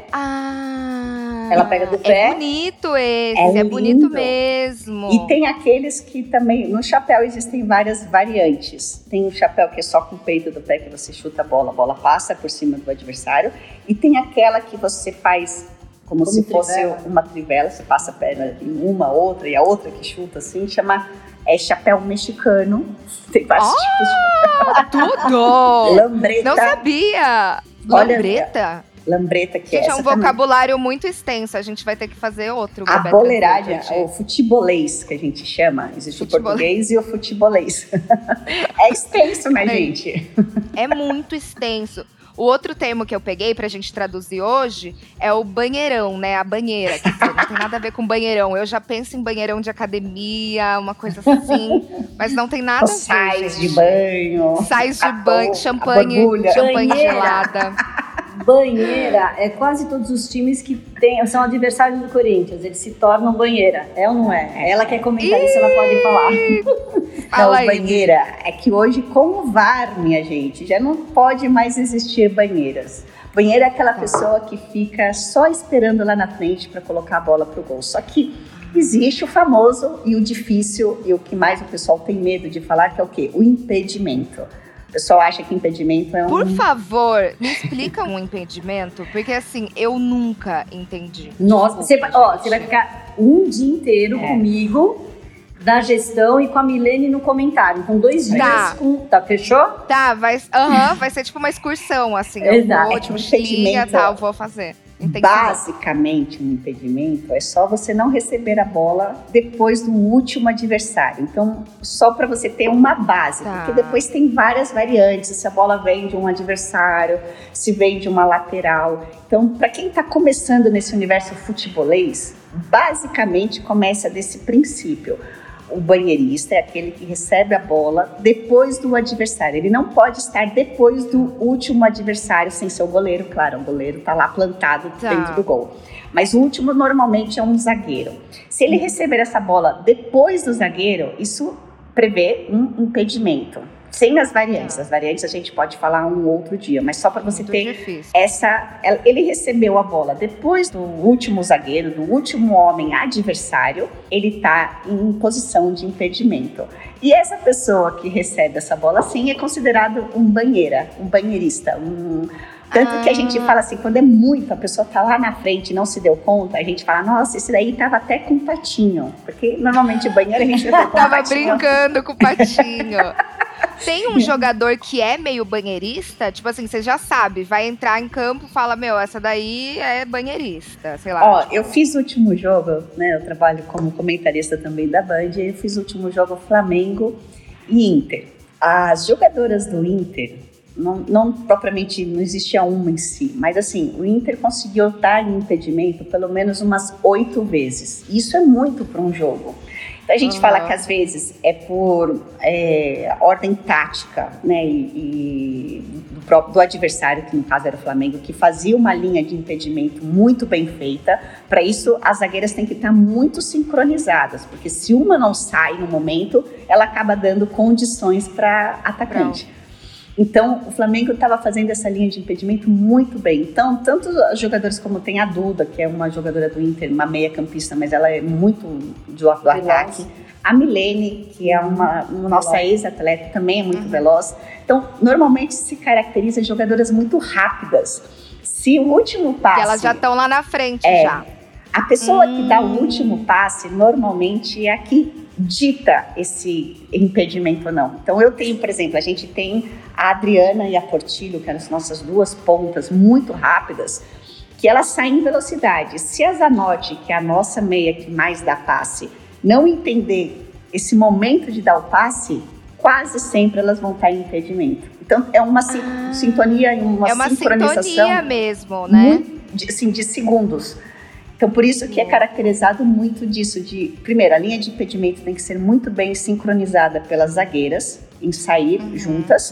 S1: Ah,
S3: Ela pega do pé.
S1: É bonito esse,
S2: É
S1: é, bonito
S2: lindo.
S1: mesmo.
S2: E tem aqueles que também, no chapéu existem várias variantes. Tem um chapéu que é só com o peito do pé, que você chuta a bola, a bola passa por cima do adversário. E tem aquela que você faz como,
S3: Como
S2: se fosse
S3: trivela.
S2: uma trivela, você passa a perna em uma, outra e a outra que chuta assim, chama é chapéu mexicano. Tem vários
S1: Oh!
S2: tipos de
S1: Tudo!
S2: lambreta.
S1: Não sabia!
S2: Olha,
S1: Lambreta?
S2: Lambreta que é
S1: Gente, é
S2: essa
S1: um
S2: também.
S1: vocabulário muito extenso. A gente vai ter que fazer outro.
S2: A
S1: Bebeto
S2: boleiragem,
S1: Azevedo,
S2: o futebolês, que a gente chama. Existe
S1: Futebol-
S2: o português e o futebolês. É extenso, né,
S1: Peraí.
S2: gente?
S1: É muito extenso. O outro termo que eu peguei pra gente traduzir hoje é o banheirão, né? A banheira. Quer dizer, não tem nada a ver com banheirão. Eu já penso em banheirão de academia, uma coisa assim. Mas não tem nada a
S2: Os
S1: ver,
S2: sais
S1: gente.
S2: de banho.
S1: Sais de
S2: a
S1: banho,
S2: to- a
S1: champanhe,
S2: borbulha.
S1: champanhe
S3: Banheira.
S1: gelada.
S3: Banheira é quase todos os times que tem, são adversários do Corinthians. Eles se tornam banheira. É ou não é? Ela que é comentarista, ela pode falar.
S2: Não,
S1: Fala aí.
S2: banheira. É que hoje, com o V A R, minha gente, já não pode mais existir banheiras. Banheira é aquela pessoa que fica só esperando lá na frente para colocar a bola pro gol. Só que existe o famoso e o difícil e o que mais o pessoal tem medo de falar, que é o quê? O impedimento. O pessoal acha que impedimento é um...
S1: Por favor, me explica um impedimento, porque assim, eu nunca entendi.
S3: Nossa,
S1: Desculpa,
S3: você vai, ó,
S1: gente.
S3: você vai ficar um dia inteiro
S2: É.
S3: comigo na gestão e com a Milene no comentário. Então, dois dias
S1: Tá.
S3: com... Tá, fechou?
S1: Tá, vai, aham, vai ser tipo uma excursão, assim. Eu
S3: Exato.
S1: vou,
S2: É que
S1: tipo,
S2: o
S1: liga,
S2: impedimento-
S1: tal, vou fazer. Entendi.
S2: Basicamente, um impedimento é só você não receber a bola depois do último adversário. Então, só para você ter uma base,
S1: Tá.
S2: porque depois tem várias variantes. Se a bola vem de um adversário, se vem de uma lateral. Então, para quem está começando nesse universo futebolês, basicamente começa desse princípio. O banheirista é aquele que recebe a bola depois do adversário. Ele não pode estar depois do último adversário sem ser o goleiro. Claro, o goleiro está lá plantado
S1: Tá.
S2: dentro do gol. Mas o último normalmente é um zagueiro. Se ele receber essa bola depois do zagueiro, isso prevê um impedimento. Sem as variantes. As variantes a gente pode falar um outro dia, mas só para você
S1: Muito
S2: ter
S1: difícil.
S2: essa... Ele recebeu a bola depois do último zagueiro, do último homem adversário, ele está em posição de impedimento. E essa pessoa que recebe essa bola assim é considerado um banheira, um banheirista, um... Tanto ah. que a gente fala assim, quando é muito, a pessoa tá lá na frente e não se deu conta, a gente fala, nossa, esse daí tava até com patinho. Porque normalmente o banheiro a gente vai com
S1: Tava
S2: patinho.
S1: brincando com o patinho. Tem um jogador que é meio banheirista? Tipo assim, você já sabe, vai entrar em campo e fala, meu, essa daí é banheirista, sei lá.
S2: Ó,
S1: tipo...
S2: eu fiz o último jogo, né, eu trabalho como comentarista também da Band, e eu fiz o último jogo Flamengo e Inter. As jogadoras do Inter... Não, não propriamente, não existia uma em si, mas assim, o Inter conseguiu estar em impedimento pelo menos umas oito vezes. Isso é muito para um jogo. Então a gente uhum. fala que às vezes é por é, ordem tática, né, e, e do, próprio, do adversário, que no caso era o Flamengo, que fazia uma linha de impedimento muito bem feita. Para isso, as zagueiras têm que estar muito sincronizadas, porque se uma não sai no momento, ela acaba dando condições para atacante. Pronto. Então, o Flamengo estava fazendo essa linha de impedimento muito bem. Então, tanto os jogadores como tem a Duda, que é uma jogadora do Inter, uma meia campista, mas ela é muito do, do ataque. A Milene, que é uma, uma nossa ex-atleta, também é muito uhum. veloz. Então, normalmente se caracteriza jogadoras muito rápidas. Se o último passe...
S1: Que elas já estão lá na frente,
S2: é,
S1: já.
S2: A pessoa
S1: hum.
S2: que dá o último passe, normalmente é a que dita esse impedimento ou não. Então eu tenho, por exemplo, a gente tem a Adriana e a Portillo, que são as nossas duas pontas muito rápidas, que elas saem em velocidade. Se a Zanotti, que é a nossa meia que mais dá passe, não entender esse momento de dar o passe, quase sempre elas vão estar em impedimento. Então é uma ah, sintonia e uma,
S1: é uma
S2: sincronização
S1: sintonia mesmo, né?
S2: Muito, de, assim, de segundos. Então, por isso que é caracterizado muito disso, de, primeiro, a linha de impedimento tem que ser muito bem sincronizada pelas zagueiras, em sair uhum. juntas,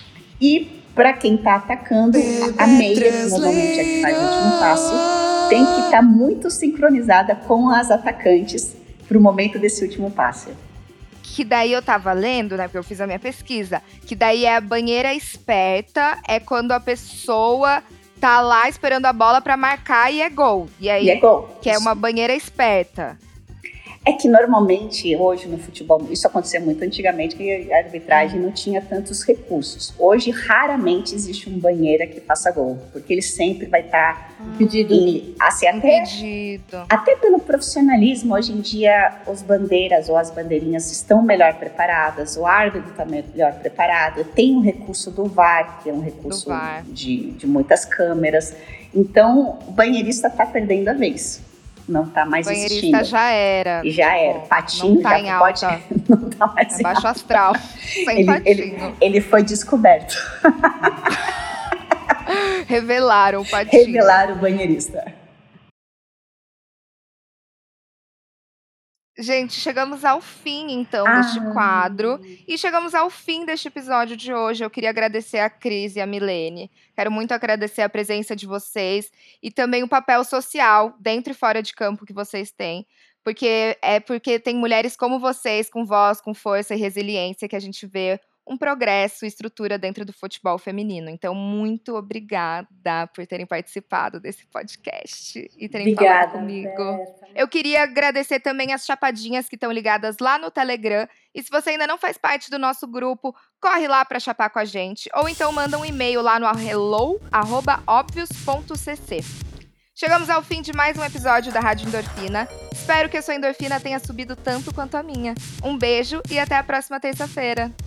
S2: e para quem está atacando, a meia, que normalmente é que faz o último passo, tem que estar tá muito sincronizada com as atacantes para o momento desse último passe.
S1: Que daí eu tava lendo, né, porque eu fiz a minha pesquisa, que daí é a banheira esperta, é quando a pessoa... tá lá esperando a bola pra marcar e é gol. E aí,
S2: e é gol.
S1: Que é uma banheira esperta.
S2: É que normalmente, hoje no futebol, isso acontecia muito antigamente, que a arbitragem não tinha tantos recursos. Hoje, raramente existe um banheira que faça gol, porque ele sempre vai estar
S3: impedido.
S2: Em, assim, até,
S1: impedido.
S2: Até pelo profissionalismo, hoje em dia, os bandeiras ou as bandeirinhas estão melhor preparadas, o árbitro está melhor preparado, tem o recurso do V A R, que é um recurso de, de muitas câmeras. Então, o banheirista está perdendo a vez. Não tá mais
S1: banheirista
S2: existindo.
S1: Banheirista já era.
S2: E já era. Patinho
S1: não tá
S2: já
S1: em
S2: pode...
S1: alta.
S2: Não tá mais
S1: é baixo astral. Sem
S2: ele,
S1: patinho.
S2: Ele, ele foi descoberto.
S1: Revelaram o patinho.
S2: Revelaram o banheirista.
S1: Gente, chegamos ao fim, então,
S2: ah.
S1: deste quadro. E chegamos ao fim deste episódio de hoje. Eu queria agradecer a Cris e a Milene. Quero muito agradecer a presença de vocês e também o papel social, dentro e fora de campo, que vocês têm. Porque é porque tem mulheres como vocês, com voz, com força e resiliência, que a gente vê um progresso e estrutura dentro do futebol feminino. Então, muito obrigada por terem participado desse podcast e terem
S3: obrigada,
S1: falado comigo.
S3: Berta.
S1: Eu queria agradecer também as chapadinhas que estão ligadas lá no Telegram. E se você ainda não faz parte do nosso grupo, corre lá para chapar com a gente. Ou então manda um e-mail lá no hello arroba óbvios ponto c c. Chegamos ao fim de mais um episódio da Rádio Endorfina. Espero que a sua endorfina tenha subido tanto quanto a minha. Um beijo e até a próxima terça-feira.